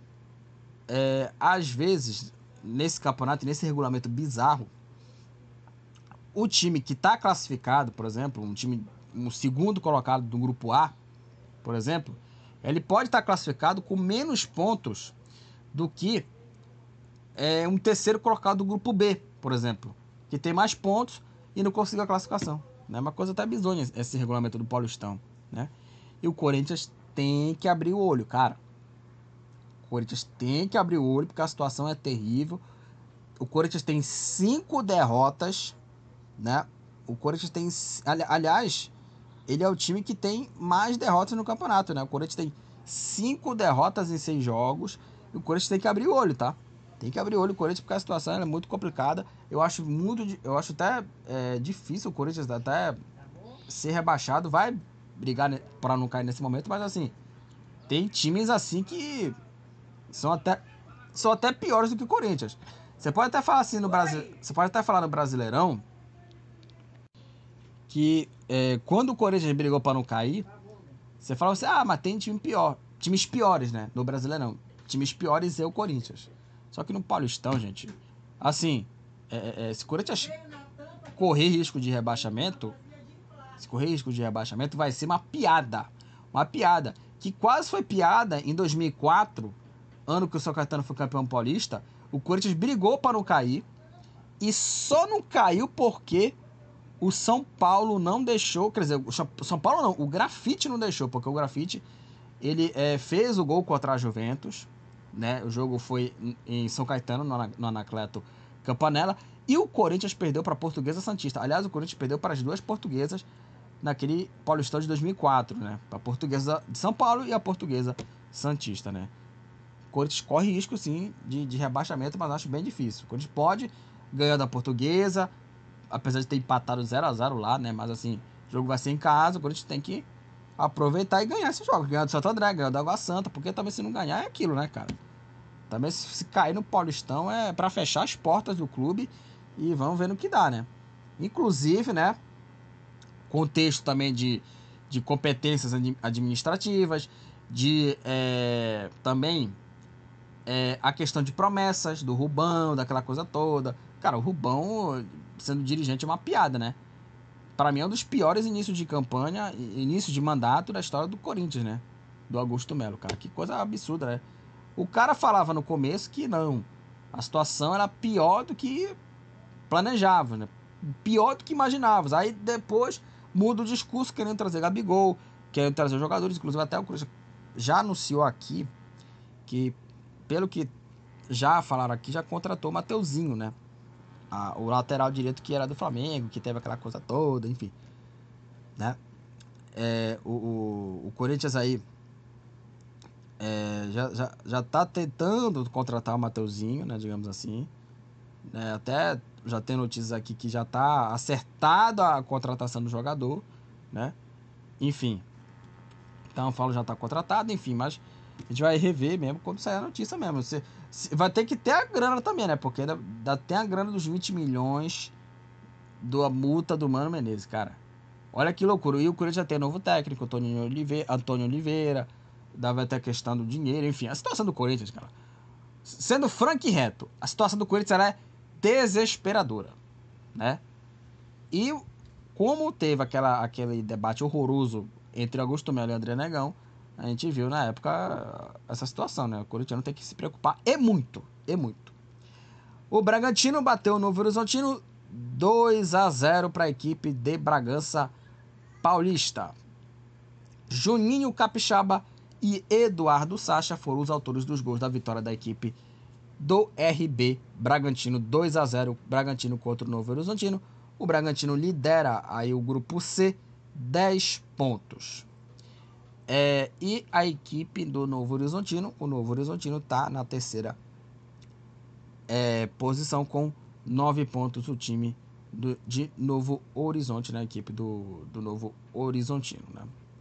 às vezes, nesse campeonato, nesse regulamento bizarro, o time que está classificado, por exemplo, um segundo colocado do grupo A, por exemplo, ele pode estar classificado com menos pontos do que um terceiro colocado do grupo B, por exemplo, que tem mais pontos e não conseguiu a classificação. É uma coisa até bizonha esse regulamento do Paulistão, né? E o Corinthians tem que abrir o olho, cara. O Corinthians tem que abrir o olho porque a situação é terrível. O Corinthians tem 5 derrotas, né? O Corinthians tem... Aliás, ele é o time que tem mais derrotas no campeonato, né? O Corinthians tem 5 derrotas em 6 jogos. E o Corinthians tem que abrir o olho, tá? Tem que abrir o olho o Corinthians porque a situação é muito complicada. Eu acho até difícil o Corinthians até ser rebaixado. Vai brigar para não cair nesse momento, mas assim, tem times assim que são até piores do que o Corinthians. Você pode até falar assim no Brasil, você pode até falar no Brasileirão que quando o Corinthians brigou para não cair, você fala assim, mas tem time pior, times piores, né, no Brasileirão. Times piores é o Corinthians. Só que no Paulistão, gente, assim, se o Corinthians correr risco de rebaixamento, vai ser uma piada. Uma piada. Que quase foi piada em 2004, ano que o São Caetano foi campeão paulista. O Corinthians brigou para não cair e só não caiu porque o São Paulo não deixou, quer dizer, o São Paulo não, o Grafite não deixou, porque o Grafite, ele fez o gol contra a Juventus, né? O jogo foi em São Caetano, no Anacleto Campanella, e o Corinthians perdeu para a Portuguesa Santista. Aliás, o Corinthians perdeu para as duas portuguesas naquele Paulistão de 2004, né? A Portuguesa de São Paulo e a Portuguesa Santista, né? O Corinthians corre risco, sim, de rebaixamento, mas acho bem difícil. O Corinthians pode ganhar da Portuguesa, apesar de ter empatado 0-0 lá, né? Mas assim, o jogo vai ser em casa, o Corinthians tem que aproveitar e ganhar esse jogo. Ganhar do Santo André, ganhar do Água Santa, porque também se não ganhar é aquilo, né, cara? Também se cair no Paulistão é para fechar as portas do clube e vamos ver no que dá, né? Inclusive, né, contexto também de de competências administrativas, de também a questão de promessas do Rubão, daquela coisa toda. Cara, o Rubão sendo dirigente é uma piada, né? Para mim é um dos piores inícios de campanha, início de mandato da história do Corinthians, né? Do Augusto Melo, cara. Que coisa absurda, né? O cara falava no começo que não. A situação era pior do que planejava, né? Pior do que imaginava. Aí depois muda o discurso, querendo trazer Gabigol, querendo trazer jogadores. Inclusive até o Corinthians já anunciou aqui que, pelo que já falaram aqui, já contratou o Mateuzinho, né? O lateral direito que era do Flamengo, que teve aquela coisa toda, enfim, né? O Corinthians aí já tá tentando contratar o Mateuzinho, né? Digamos assim, né? Até já tem notícias aqui que já tá acertada a contratação do jogador, né? Enfim, então eu falo já tá contratado, enfim, mas a gente vai rever mesmo quando sair a notícia mesmo. Você vai ter que ter a grana também, né? Porque ainda tem a grana dos 20 milhões da multa do Mano Menezes, cara. Olha que loucura. E o Corinthians já tem novo técnico, Antônio Oliveira. Dava até a questão do dinheiro, enfim. A situação do Corinthians, cara. Sendo franco e reto, a situação do Corinthians é desesperadora, né? E como teve aquele debate horroroso entre Augusto Melo e André Negão, a gente viu na época essa situação, né? O Corinthians tem que se preocupar e muito, e muito. O Bragantino bateu o Novo Horizontino 2-0 para a equipe de Bragança Paulista. Juninho Capixaba e Eduardo Sacha foram os autores dos gols da vitória da equipe do RB Bragantino. 2-0 Bragantino contra o Novo Horizontino. O Bragantino lidera aí o grupo C, 10 pontos. E a equipe do Novo Horizontino, o Novo Horizontino está na terceira posição com 9 pontos. O time de Novo Horizonte, né? A equipe do Novo Horizontino, né?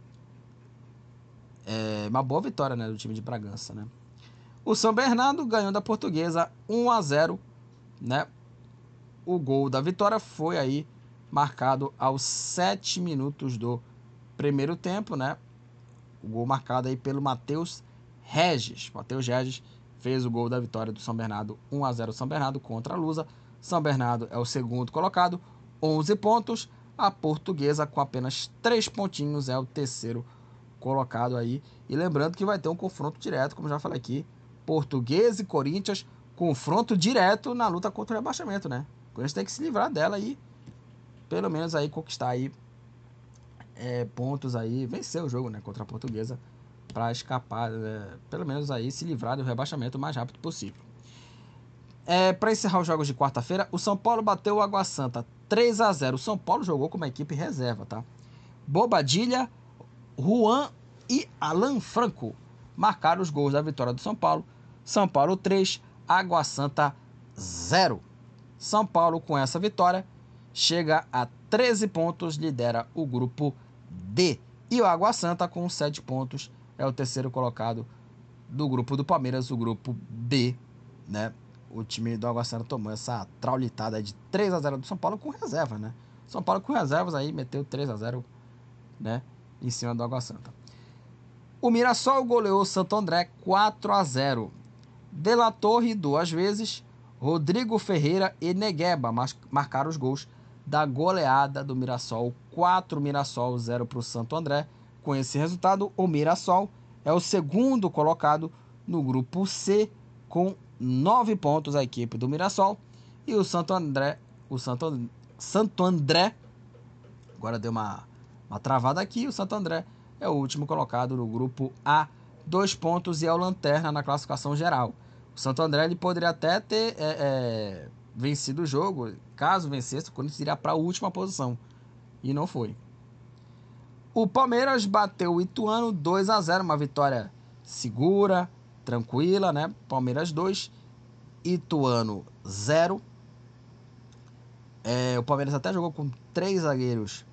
Uma boa vitória, né, do time de Bragança, né? O São Bernardo ganhou da Portuguesa 1-0, né? O gol da vitória foi aí marcado aos 7 minutos do primeiro tempo, né? O gol marcado aí pelo Matheus Regis. Matheus Regis fez o gol da vitória do São Bernardo, 1-0 São Bernardo contra a Lusa. São Bernardo é o segundo colocado, 11 pontos. A Portuguesa, com apenas 3 pontinhos, é o terceiro colocado aí. E lembrando que vai ter um confronto direto, como já falei aqui, Portuguesa e Corinthians, confronto direto na luta contra o rebaixamento, né? O Corinthians tem que se livrar dela e pelo menos aí conquistar aí pontos aí, vencer o jogo, né, contra a Portuguesa, para escapar, pelo menos aí se livrar do rebaixamento o mais rápido possível. Para encerrar os jogos de quarta-feira, o São Paulo bateu o Água Santa 3-0. O São Paulo jogou com uma equipe reserva, tá? Bobadilha, Juan e Alan Franco marcaram os gols da vitória do São Paulo. São Paulo 3, Água Santa 0. São Paulo, com essa vitória, chega a 13 pontos, lidera o grupo D. E o Água Santa, com 7 pontos, é o terceiro colocado do grupo do Palmeiras, o grupo B, né? O time do Água Santa tomou essa traulitada de 3-0 do São Paulo com reserva, né? São Paulo com reservas aí meteu 3-0, né, em cima do Água Santa. O Mirassol goleou o Santo André 4-0. De La Torre 2 vezes, Rodrigo Ferreira e Negueba marcaram os gols da goleada do Mirassol. 4 Mirassol, 0 para o Santo André. Com esse resultado, o Mirassol é o segundo colocado no grupo C com 9 pontos, a equipe do Mirassol. E o Santo André, agora deu uma travada aqui, o Santo André é o último colocado no grupo A, 2 pontos, e é o lanterna na classificação geral. O Santo André ele poderia até ter vencido o jogo. Caso vencesse, o Corinthians iria para a última posição. E não foi. O Palmeiras bateu o Ituano 2-0. Uma vitória segura, tranquila, né? Palmeiras 2, Ituano 0. O Palmeiras até jogou com 3 zagueiros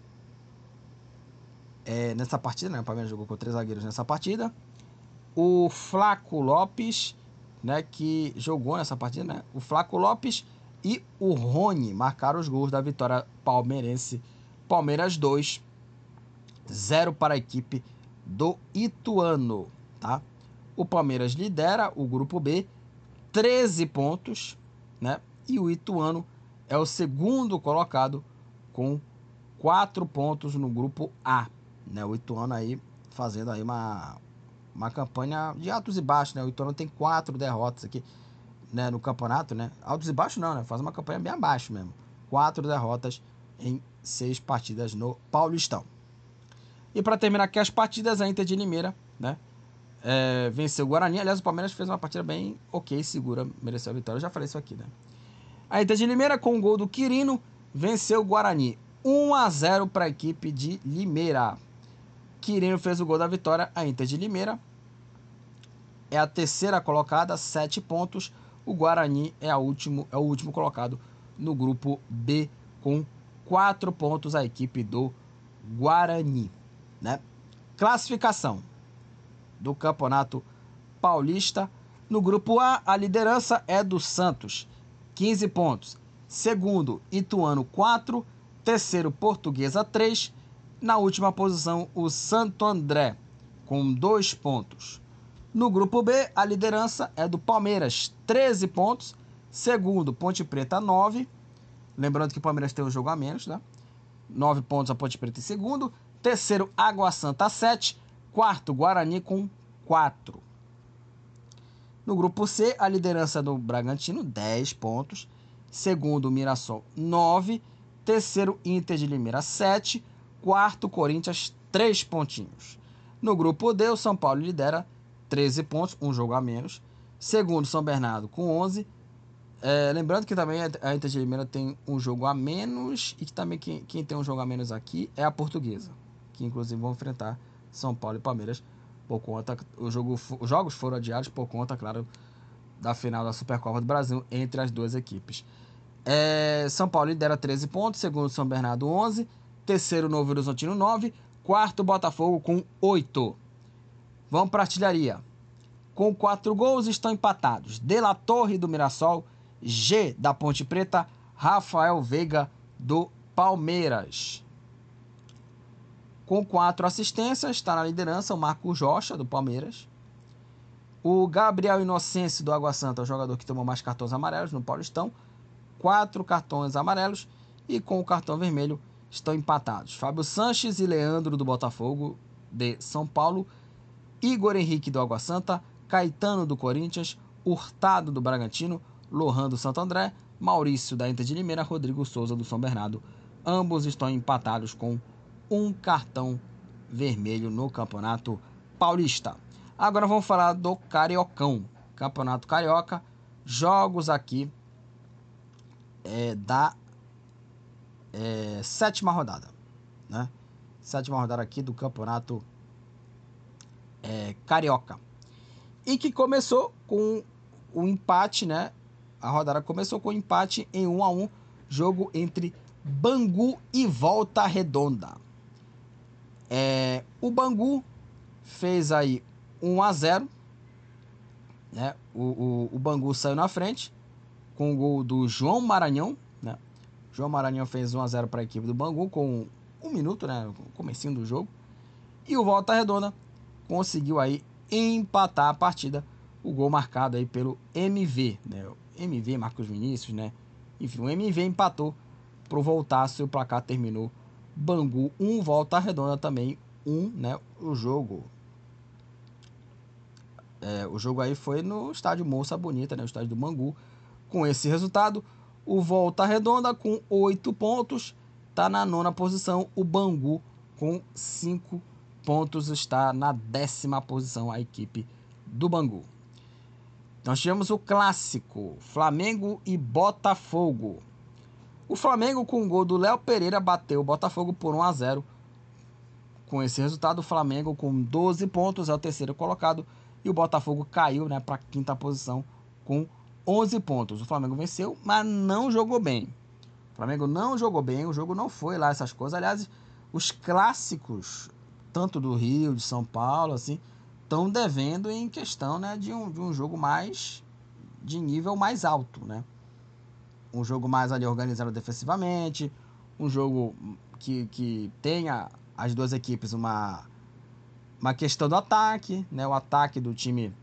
nessa partida, né? O Palmeiras jogou com 3 zagueiros nessa partida. O Flaco Lopes, né, que jogou nessa partida, né? O Flaco Lopes e o Rony marcaram os gols da vitória palmeirense. Palmeiras 2, 0 para a equipe do Ituano, tá? O Palmeiras lidera o grupo B, 13 pontos, né? E o Ituano é o segundo colocado com 4 pontos no grupo A, né? O Ituano aí fazendo aí uma campanha de altos e baixos, né? O Ituano tem 4 derrotas aqui, né, no campeonato, né? Altos e baixos não, né? Faz uma campanha bem abaixo mesmo. 4 derrotas em 6 partidas no Paulistão. E para terminar aqui as partidas, a Inter de Limeira, né? Venceu o Guarani. Aliás, o Palmeiras fez uma partida bem ok, segura, mereceu a vitória. Eu já falei isso aqui, né? A Inter de Limeira, com o gol do Quirino, venceu o Guarani. 1-0 para a equipe de Limeira. Quirino fez o gol da vitória. A Inter de Limeira é a terceira colocada, 7 pontos. O Guarani é o último colocado no grupo B, com 4 pontos, a equipe do Guarani, né? Classificação do Campeonato Paulista. No grupo A, a liderança é do Santos, 15 pontos. Segundo, Ituano, 4. Terceiro, Portuguesa, 3. Na última posição, o Santo André, com 2 pontos. No grupo B, a liderança é do Palmeiras, 13 pontos. Segundo, Ponte Preta, 9. Lembrando que o Palmeiras tem um jogo a menos, né? 9 pontos a Ponte Preta em segundo. Terceiro, Água Santa, 7. Quarto, Guarani com 4. No grupo C, a liderança é do Bragantino, 10 pontos. Segundo, Mirassol, 9. Terceiro, Inter de Limeira, 7. Quarto, Corinthians, 3 pontinhos. No grupo D, o São Paulo lidera 13 pontos, um jogo a menos. Segundo, São Bernardo com 11. Lembrando que também a Inter de Limeira tem um jogo a menos e que também quem tem um jogo a menos aqui é a Portuguesa, que inclusive vão enfrentar São Paulo e Palmeiras por conta... Os jogos foram adiados por conta, claro, da final da Supercopa do Brasil entre as duas equipes. São Paulo lidera 13 pontos, segundo São Bernardo 11, terceiro Novo Horizontino 9, quarto Botafogo com 8. Vamos para a artilharia. Com 4 gols estão empatados De La Torre do Mirassol, G da Ponte Preta, Rafael Veiga do Palmeiras. Com 4 assistências está na liderança o Marcos Rocha do Palmeiras. O Gabriel Inocêncio do Água Santa, o jogador que tomou mais cartões amarelos no Paulistão, 4 cartões amarelos, e com o cartão vermelho estão empatados Fábio Sanches e Leandro do Botafogo de São Paulo, Igor Henrique do Água Santa, Caetano do Corinthians, Hurtado do Bragantino, Lohan do Santo André, Maurício da Inter de Limeira, Rodrigo Souza do São Bernardo. Ambos estão empatados com um cartão vermelho no Campeonato Paulista. Agora vamos falar do Cariocão, Campeonato Carioca, jogos aqui da sétima rodada, né? Sétima rodada aqui do Campeonato Carioca. E que começou com o empate, né? A rodada começou com o empate em 1-1, jogo entre Bangu e Volta Redonda. O Bangu fez aí 1-0, né? O Bangu saiu na frente com o gol do João Maranhão, né? João Maranhão fez 1-0 para a equipe do Bangu com 1 minuto, né? Comecinho do jogo. E o Volta Redonda conseguiu aí empatar a partida, o gol marcado aí pelo MV, né? O MV, Marcos Vinícius, né? Enfim, o MV empatou pro Voltaço e o placar terminou Bangu 1, Volta Redonda também 1, né? O jogo aí foi no estádio Moça Bonita, né? O estádio do Bangu. Com esse resultado, o Volta Redonda com 8 pontos está na 9ª posição. O Bangu com 5 pontos está na 10ª posição, a equipe do Bangu. Nós tivemos o clássico Flamengo e Botafogo. O Flamengo, com o gol do Léo Pereira, bateu o Botafogo por 1-0. Com esse resultado, o Flamengo com 12 pontos é o terceiro colocado e o Botafogo caiu, né, para a 5ª posição com 11 pontos. O Flamengo venceu, mas não jogou bem. O Flamengo não jogou bem, o jogo não foi lá essas coisas. Aliás, os clássicos, tanto do Rio, de São Paulo, assim, estão devendo em questão, né, de um jogo mais de nível mais alto, né? Um jogo mais ali organizado defensivamente, um jogo que tenha as duas equipes uma questão do ataque, né? O ataque do time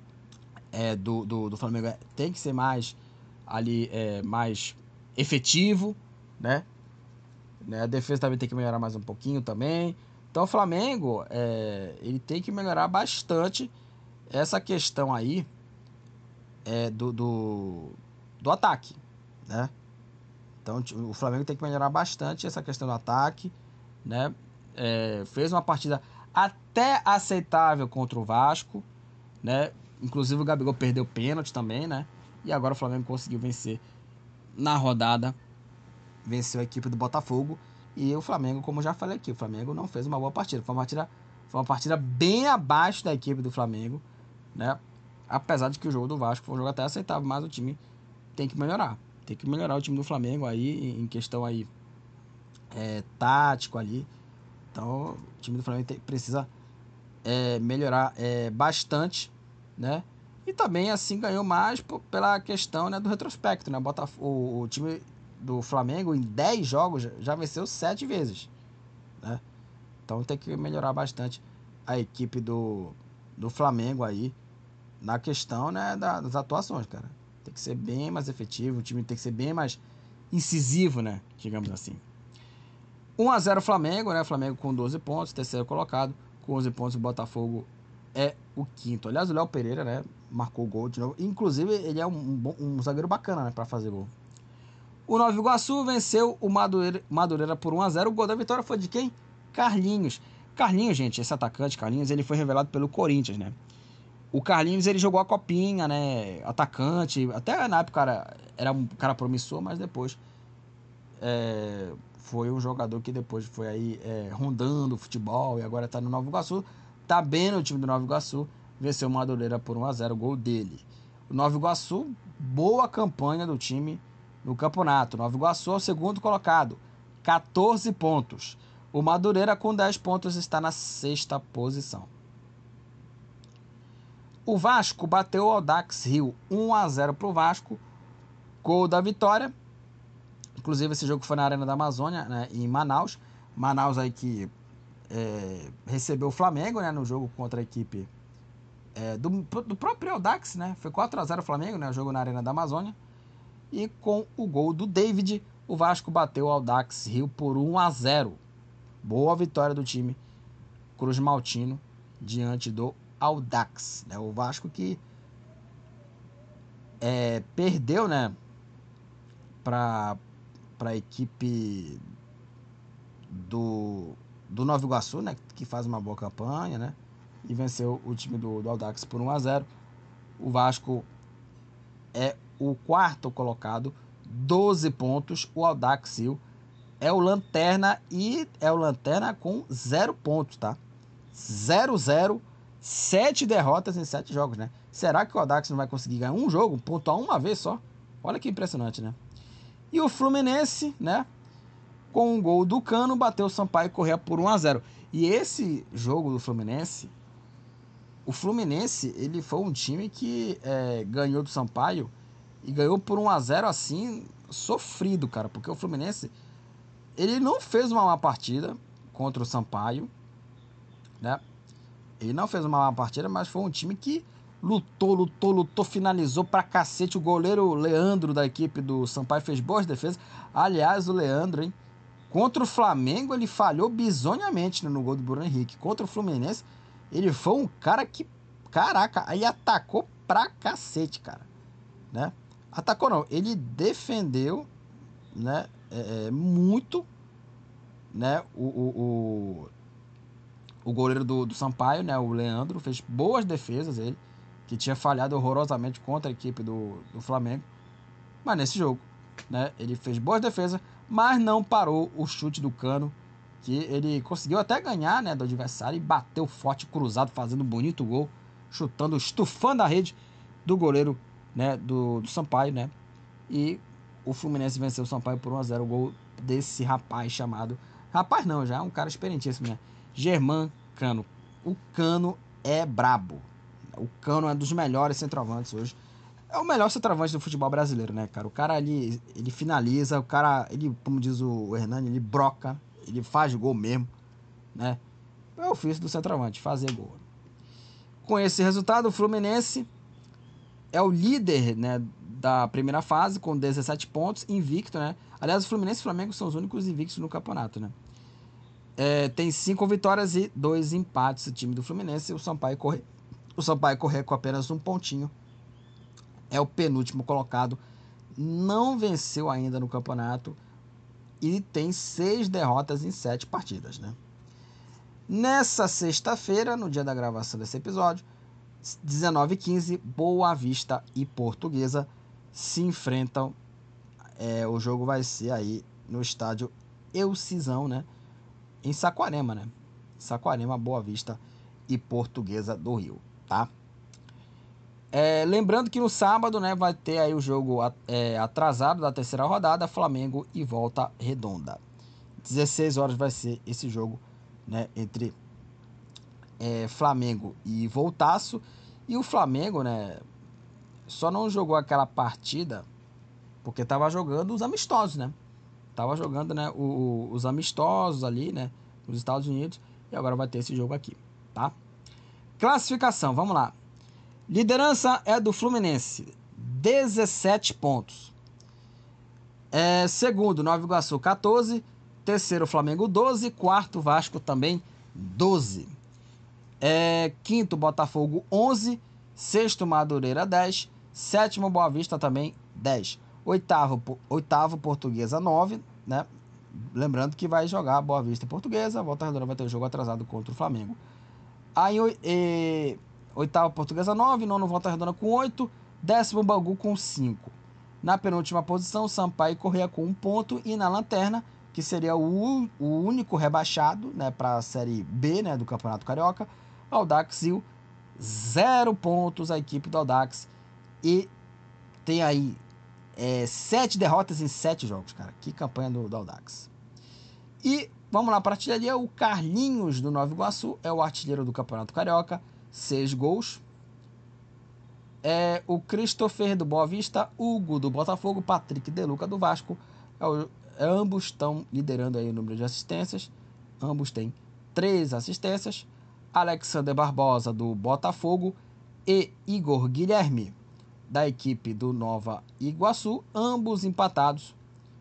do Flamengo tem que ser mais ali, mais efetivo, né? A defesa também tem que melhorar mais um pouquinho também. Então o Flamengo ele tem que melhorar bastante essa questão aí do ataque, né? Então o Flamengo tem que melhorar bastante essa questão do ataque, né? Fez uma partida até aceitável contra o Vasco, né? Inclusive o Gabigol perdeu pênalti também, né? E agora o Flamengo conseguiu vencer na rodada, venceu a equipe do Botafogo. E o Flamengo, como eu já falei aqui, o Flamengo não fez uma boa partida. Foi uma partida bem abaixo da equipe do Flamengo, né? Apesar de que o jogo do Vasco foi um jogo até aceitável, mas o time tem que melhorar. Tem que melhorar o time do Flamengo aí, em questão aí tático ali. Então o time do Flamengo precisa melhorar bastante, né? E também assim ganhou mais pela questão, né, do retrospecto, né? O time do Flamengo em 10 jogos já venceu 7 vezes, né? Então tem que melhorar bastante a equipe do Flamengo aí na questão, né, das atuações, cara. Tem que ser bem mais efetivo, o time tem que ser bem mais incisivo, né, digamos assim. 1-0 Flamengo, né? Flamengo com 12 pontos, terceiro colocado, com 11 pontos. O Botafogo é o quinto. Aliás, o Léo Pereira, né, marcou gol de novo. Inclusive, ele é um zagueiro bacana, né, para fazer gol. O Nova Iguaçu venceu o Madureira por 1-0. O gol da vitória foi de quem? Carlinhos. Carlinhos, gente, esse atacante, Carlinhos, ele foi revelado pelo Corinthians, né? O Carlinhos, ele jogou a copinha, né? Atacante. Até na época era um cara promissor, mas depois foi um jogador que depois foi aí rondando o futebol e agora tá no Nova Iguaçu. Tá bem no time do Nova Iguaçu. Venceu o Madureira por 1-0, gol dele. O Nova Iguaçu, boa campanha do time no campeonato. O Nova Iguaçu é o segundo colocado, 14 pontos. O Madureira com 10 pontos está na sexta posição. O Vasco bateu o Audax Rio 1-0 pro Vasco. Gol da vitória. Inclusive esse jogo foi na Arena da Amazônia, né, em Manaus. Manaus aí que recebeu o Flamengo, né, no jogo contra a equipe do próprio Audax, né? Foi 4-0 o Flamengo, né, o jogo na Arena da Amazônia. E com o gol do David, o Vasco bateu o Audax Rio por 1-0. Boa vitória do time Cruz Maltino diante do Audax, né? O Vasco que perdeu, né, para a equipe do Nova Iguaçu, né, que faz uma boa campanha, né, e venceu o time do Audax por 1-0. O Vasco é o quarto colocado, 12 pontos. O Audax Rio é o lanterna e é o lanterna com 0 pontos, tá? 0-0, 7 derrotas em 7 jogos, né? Será que o Audax não vai conseguir ganhar um jogo, pontuar uma vez só? Olha que impressionante, né? E o Fluminense, né, com um gol do Cano, bateu o Sampaio Corrêa por 1-0. E esse jogo do Fluminense, o Fluminense, ele foi um time que ganhou do Sampaio e ganhou por 1-0 assim, sofrido, cara, porque o Fluminense, ele não fez uma má partida contra o Sampaio, né? Ele não fez uma má partida, mas foi um time que lutou, finalizou pra cacete. O goleiro Leandro da equipe do Sampaio fez boas defesas. Aliás, o Leandro, hein? Contra o Flamengo, ele falhou bizonhamente no gol do Bruno Henrique. Contra o Fluminense, ele foi um cara que, caraca, aí atacou pra cacete, cara, né? Atacou não, ele defendeu, né, muito, né, o goleiro do Sampaio, né, o Leandro, fez boas defesas, ele, que tinha falhado horrorosamente contra a equipe do Flamengo. Mas nesse jogo, né, ele fez boas defesas, mas não parou o chute do Cano, que ele conseguiu até ganhar, né, do adversário e bateu forte, cruzado, fazendo um bonito gol, chutando, estufando a rede do goleiro, né, do Sampaio, né, e o Fluminense venceu o Sampaio por 1-0, o gol desse rapaz chamado, rapaz não, já é um cara experientíssimo, né, Germán Cano. O Cano é brabo, o Cano é um dos melhores centroavantes hoje. É o melhor centroavante do futebol brasileiro, né, cara? O cara ali, ele finaliza, o cara, ele, como diz o Hernani, ele broca, ele faz gol mesmo, né? É o ofício do centroavante, fazer gol. Com esse resultado, o Fluminense é o líder, né, da primeira fase, com 17 pontos, invicto, né? Aliás, o Fluminense e o Flamengo são os únicos invictos no campeonato, né? Tem 5 vitórias e 2 empates o time do Fluminense. E o Sampaio Corrêa com apenas um pontinho é o penúltimo colocado, não venceu ainda no campeonato e tem 6 derrotas em 7 partidas, né? Nessa sexta-feira, no dia da gravação desse episódio, 19h15, Boa Vista e Portuguesa se enfrentam. O jogo vai ser aí no estádio Eucisão, né? Em Saquarema, né? Saquarema, Boa Vista e Portuguesa do Rio, tá? Lembrando que no sábado, né, vai ter aí o jogo atrasado da terceira rodada, Flamengo e Volta Redonda. 16 horas vai ser esse jogo, né, entre Flamengo e Voltaço. E o Flamengo, né, só não jogou aquela partida porque tava jogando os amistosos, né? Tava jogando, né, os amistosos ali, né, nos Estados Unidos. E agora vai ter esse jogo aqui, tá? Classificação, vamos lá. Liderança é do Fluminense, 17 pontos. Segundo, Nova Iguaçu, 14. Terceiro, Flamengo, 12. Quarto, Vasco também, 12. Quinto, Botafogo, 11. Sexto, Madureira, 10. Sétimo, Boa Vista também, 10. Oitavo, Portuguesa, 9, né? Lembrando que vai jogar Boa Vista e Portuguesa. A Volta Redonda vai ter o jogo atrasado contra o Flamengo. Aí, oitavo, Portuguesa, 9. Nono, Volta Redonda com 8. Décimo, Bangu com 5. Na penúltima posição, Sampaio Corrêa com 1 ponto. E na lanterna, que seria o único rebaixado, né, para a Série B, né, do Campeonato Carioca, Audax Rio, 0 pontos a equipe do Audax. E tem aí 7 derrotas em 7 jogos, cara. Que campanha do Audax. E vamos lá para a artilharia. O Carlinhos do Nova Iguaçu é o artilheiro do Campeonato Carioca, 6 gols. O Christopher do Boa Vista, Hugo do Botafogo, Patrick De Luca do Vasco. Ambos estão liderando aí o número de assistências. Ambos têm 3 assistências. Alexander Barbosa do Botafogo e Igor Guilherme da equipe do Nova Iguaçu, ambos empatados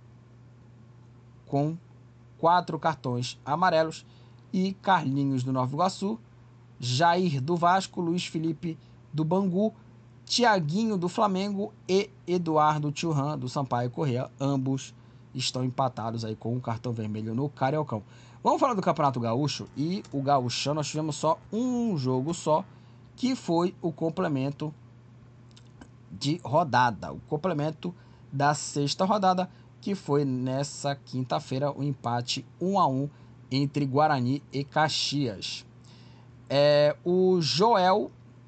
com 4 cartões amarelos. E Carlinhos do Nova Iguaçu, Jair do Vasco, Luiz Felipe do Bangu, Tiaguinho do Flamengo e Eduardo Churran do Sampaio Corrêa, ambos estão empatados aí com um cartão vermelho no Cariocão. Vamos falar do Campeonato Gaúcho. E o Gaúchão nós tivemos só um jogo só, que foi o complemento de rodada, o complemento da sexta rodada, que foi nessa quinta-feira o empate 1-1 entre Guarani e Caxias. O Joel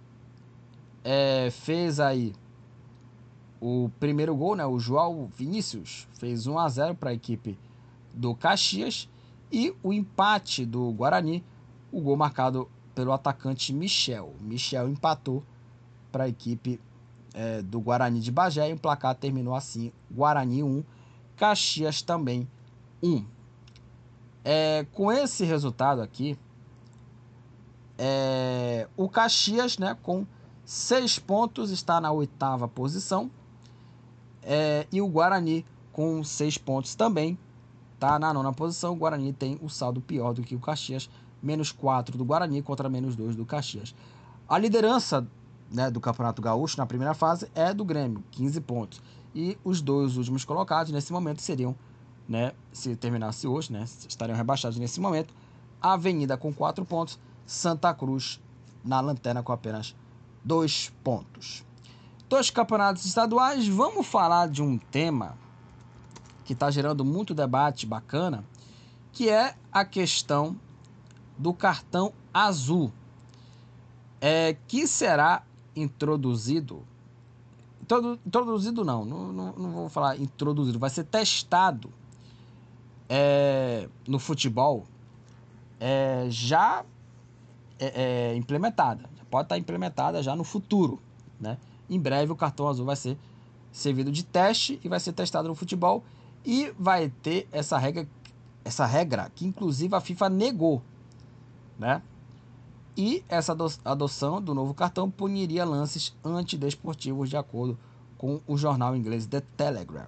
fez aí o primeiro gol, né? O João Vinícius fez 1-0 para a equipe do Caxias. E o empate do Guarani, o gol marcado pelo atacante Michel. Michel empatou para a equipe do Guarani de Bagé. E o placar terminou assim: Guarani 1, Caxias também 1. Com esse resultado aqui, o Caxias, né, com 6 pontos, está na 8ª posição. E o Guarani com 6 pontos também está na 9ª posição. O Guarani tem o saldo pior do que o Caxias, menos 4 do Guarani contra menos 2 do Caxias. A liderança, né, do Campeonato Gaúcho na primeira fase é do Grêmio, 15 pontos. E os 2 últimos colocados nesse momento seriam, né, se terminasse hoje, né, estariam rebaixados nesse momento. Avenida com 4 pontos, Santa Cruz na lanterna com apenas 2 pontos. 2 campeonatos estaduais. Vamos falar de um tema que está gerando muito debate bacana, que é a questão do cartão azul, que será introduzido não vou falar introduzido, vai ser testado no futebol, já implementada, pode estar implementada já no futuro, né? Em breve o cartão azul vai ser servido de teste e vai ser testado no futebol, e vai ter essa regra que inclusive a FIFA negou, né? E essa adoção do novo cartão puniria lances antidesportivos, de acordo com o jornal inglês The Telegraph.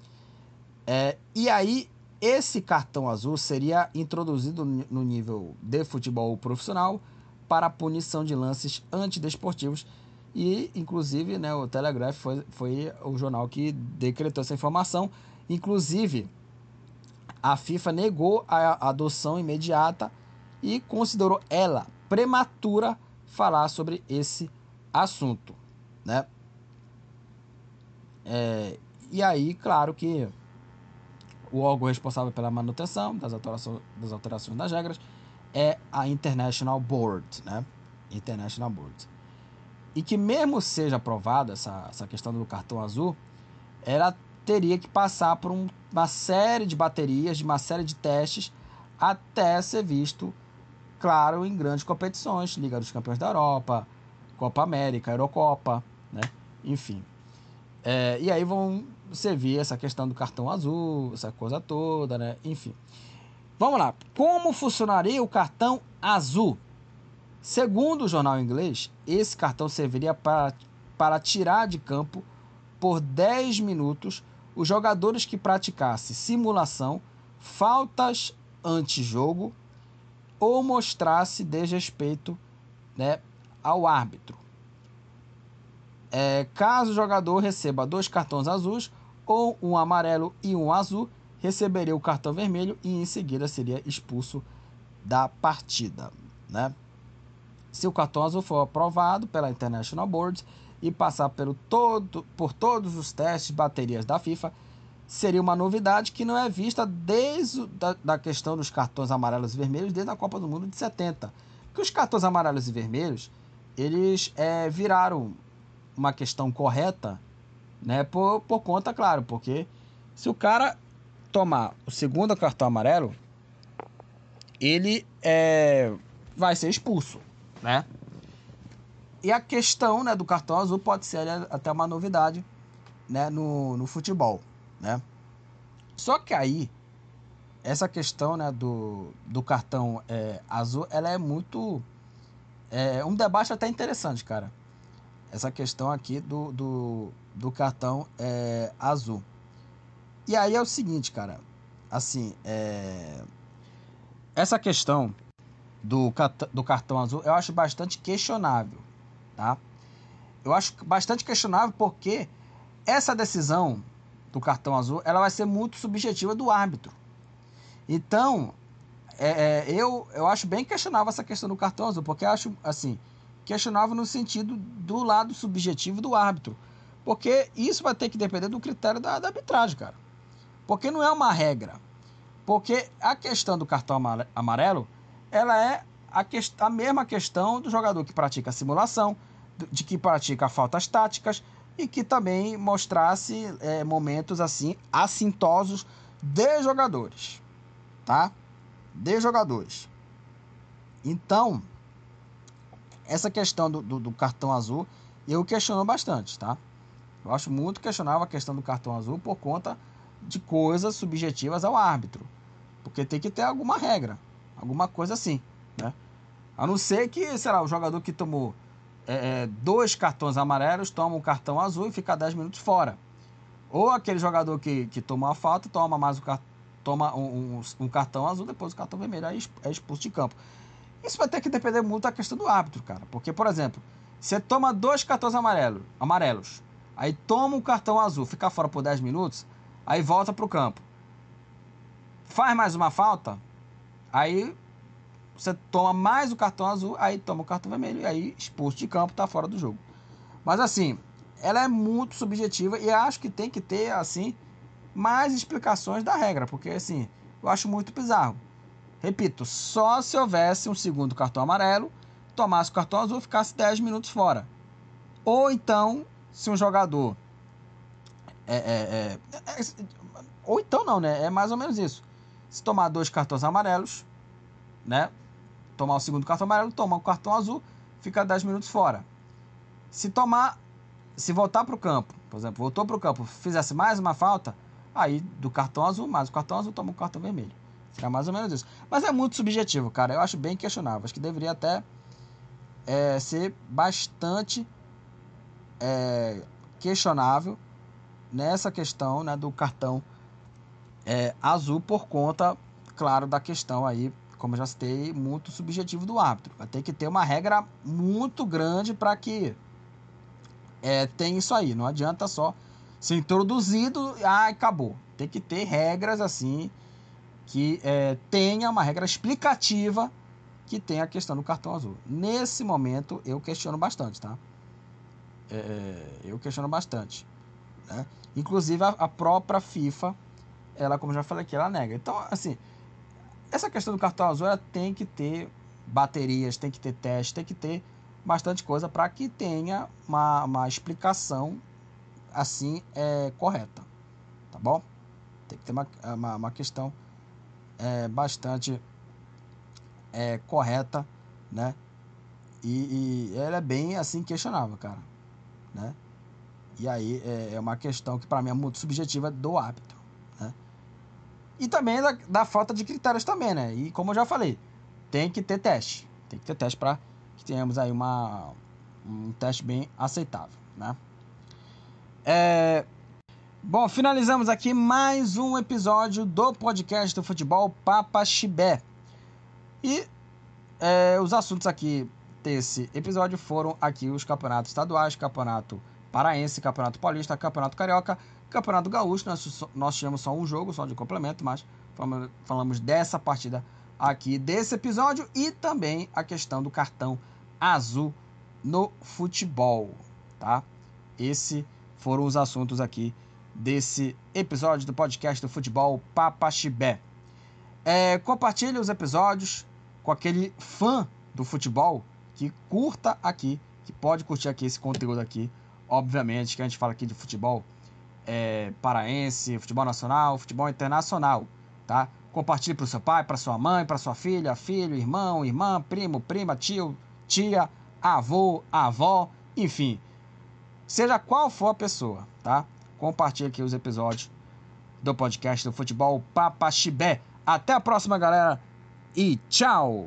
E aí, esse cartão azul seria introduzido no nível de futebol profissional para a punição de lances antidesportivos. E, inclusive, né, o Telegraph foi o jornal que decretou essa informação. Inclusive, a FIFA negou a adoção imediata e considerou ela prematura falar sobre esse assunto, né? E aí, claro que o órgão responsável pela manutenção das alterações das regras é a International Board, né? International Board. E que mesmo seja aprovada essa questão do cartão azul, ela teria que passar por uma série de baterias, de uma série de testes, até ser visto, claro, em grandes competições, Liga dos Campeões da Europa, Copa América, Eurocopa, né? Enfim. E aí vão servir essa questão do cartão azul, essa coisa toda, né? Enfim. Vamos lá. Como funcionaria o cartão azul? Segundo o jornal inglês, esse cartão serviria para tirar de campo por 10 minutos os jogadores que praticassem simulação, faltas antijogo ou mostrasse desrespeito, né, ao árbitro. Caso o jogador receba 2 cartões azuis, ou um amarelo e um azul, receberia o cartão vermelho e em seguida seria expulso da partida, né? Se o cartão azul for aprovado pela International Board e passar por todos os testes de baterias da FIFA, seria uma novidade que não é vista desde da questão dos cartões amarelos e vermelhos desde a Copa do Mundo de 70. Porque os cartões amarelos e vermelhos, eles viraram uma questão correta, né, por conta, claro, porque se o cara tomar o segundo cartão amarelo, ele vai ser expulso, né? E a questão, né, do cartão azul pode ser até uma novidade, né, no futebol, né? Só que aí, essa questão, né, do cartão azul, ela é muito... um debate até interessante, cara. Essa questão aqui do cartão azul. E aí é o seguinte, cara. Assim, essa questão do cartão azul eu acho bastante questionável, tá? Eu acho bastante questionável porque essa decisão do cartão azul ela vai ser muito subjetiva do árbitro. Então, eu acho bem questionável essa questão do cartão azul, porque eu acho, assim, questionável no sentido do lado subjetivo do árbitro. Porque isso vai ter que depender do critério da arbitragem, cara. Porque não é uma regra. Porque a questão do cartão amarelo, ela é a mesma questão do jogador que pratica a simulação, de que pratica faltas táticas e que também mostrasse momentos assim assintosos de jogadores, tá? De jogadores. Então, essa questão do cartão azul, eu questiono bastante, tá? Eu acho muito questionável a questão do cartão azul por conta de coisas subjetivas ao árbitro. Porque tem que ter alguma regra, alguma coisa assim, né? A não ser que, sei lá, o jogador que tomou 2 cartões amarelos toma um cartão azul e fica 10 minutos fora. Ou aquele jogador que tomou a falta toma um cartão azul, depois o cartão vermelho, aí é expulso de campo. Isso vai ter que depender muito da questão do árbitro, cara. Porque, por exemplo, você toma 2 cartões amarelos, aí toma um cartão azul, fica fora por 10 minutos, aí volta pro campo. Faz mais uma falta, aí você toma mais o cartão azul, aí toma o cartão vermelho, e aí expulso de campo, tá fora do jogo. Mas assim, ela é muito subjetiva e acho que tem que ter, assim, mais explicações da regra, porque assim, eu acho muito bizarro. Repito, só se houvesse um segundo cartão amarelo, tomasse o cartão azul e ficasse 10 minutos fora. Ou então, se um jogador... ou então não, né? É mais ou menos isso. Se tomar 2 cartões amarelos, né? Tomar o segundo cartão amarelo, toma o cartão azul, fica 10 minutos fora. Se voltar para o campo, por exemplo, voltou para o campo, fizesse mais uma falta, aí do cartão azul, mais o cartão azul, toma o cartão vermelho. Seria mais ou menos isso. Mas é muito subjetivo, cara. Eu acho bem questionável. Acho que deveria até ser bastante questionável nessa questão, né, do cartão azul, por conta, claro, da questão aí, como eu já citei, muito subjetivo do árbitro. Vai ter que ter uma regra muito grande para que tenha isso aí. Não adianta só ser introduzido e acabou. Tem que ter regras assim, que tenha uma regra explicativa, que tenha a questão do cartão azul. Nesse momento eu questiono bastante, tá? Eu questiono bastante, né? Inclusive a própria FIFA, ela, como eu já falei aqui, ela nega. Então, assim, essa questão do cartão azul, ela tem que ter baterias, tem que ter teste, tem que ter bastante coisa para que tenha uma explicação assim correta, tá bom? Tem que ter uma questão bastante correta, né? E ela é bem assim questionável, cara, né? E aí é uma questão que para mim é muito subjetiva do árbitro, né? E também da falta de critérios também, né? E como eu já falei, tem que ter teste. Tem que ter teste para que tenhamos aí um teste bem aceitável, né? Bom, finalizamos aqui mais um episódio do podcast do Futebol Papa Chibé. E os assuntos aqui desse episódio foram aqui os campeonatos estaduais, campeonato paraense, campeonato paulista, campeonato carioca, campeonato gaúcho. Nós tivemos só um jogo, só de complemento, mas falamos dessa partida aqui, desse episódio, e também a questão do cartão azul no futebol, tá? Esses foram os assuntos aqui desse episódio do podcast do Futebol Papa Chibé. Compartilhe os episódios com aquele fã do futebol que curta aqui, que pode curtir aqui esse conteúdo aqui. Obviamente que a gente fala aqui de futebol paraense, futebol nacional, futebol internacional, tá? Compartilhe para o seu pai, para sua mãe, para sua filha, filho, irmão, irmã, primo, prima, tio, tia, avô, avó, enfim, seja qual for a pessoa, tá? Compartilhe aqui os episódios do podcast do Futebol Papa Chibé. Até a próxima, galera, e tchau!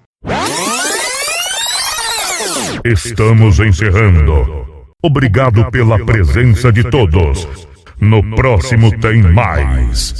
Estamos encerrando. Obrigado pela presença de todos. No próximo tem mais.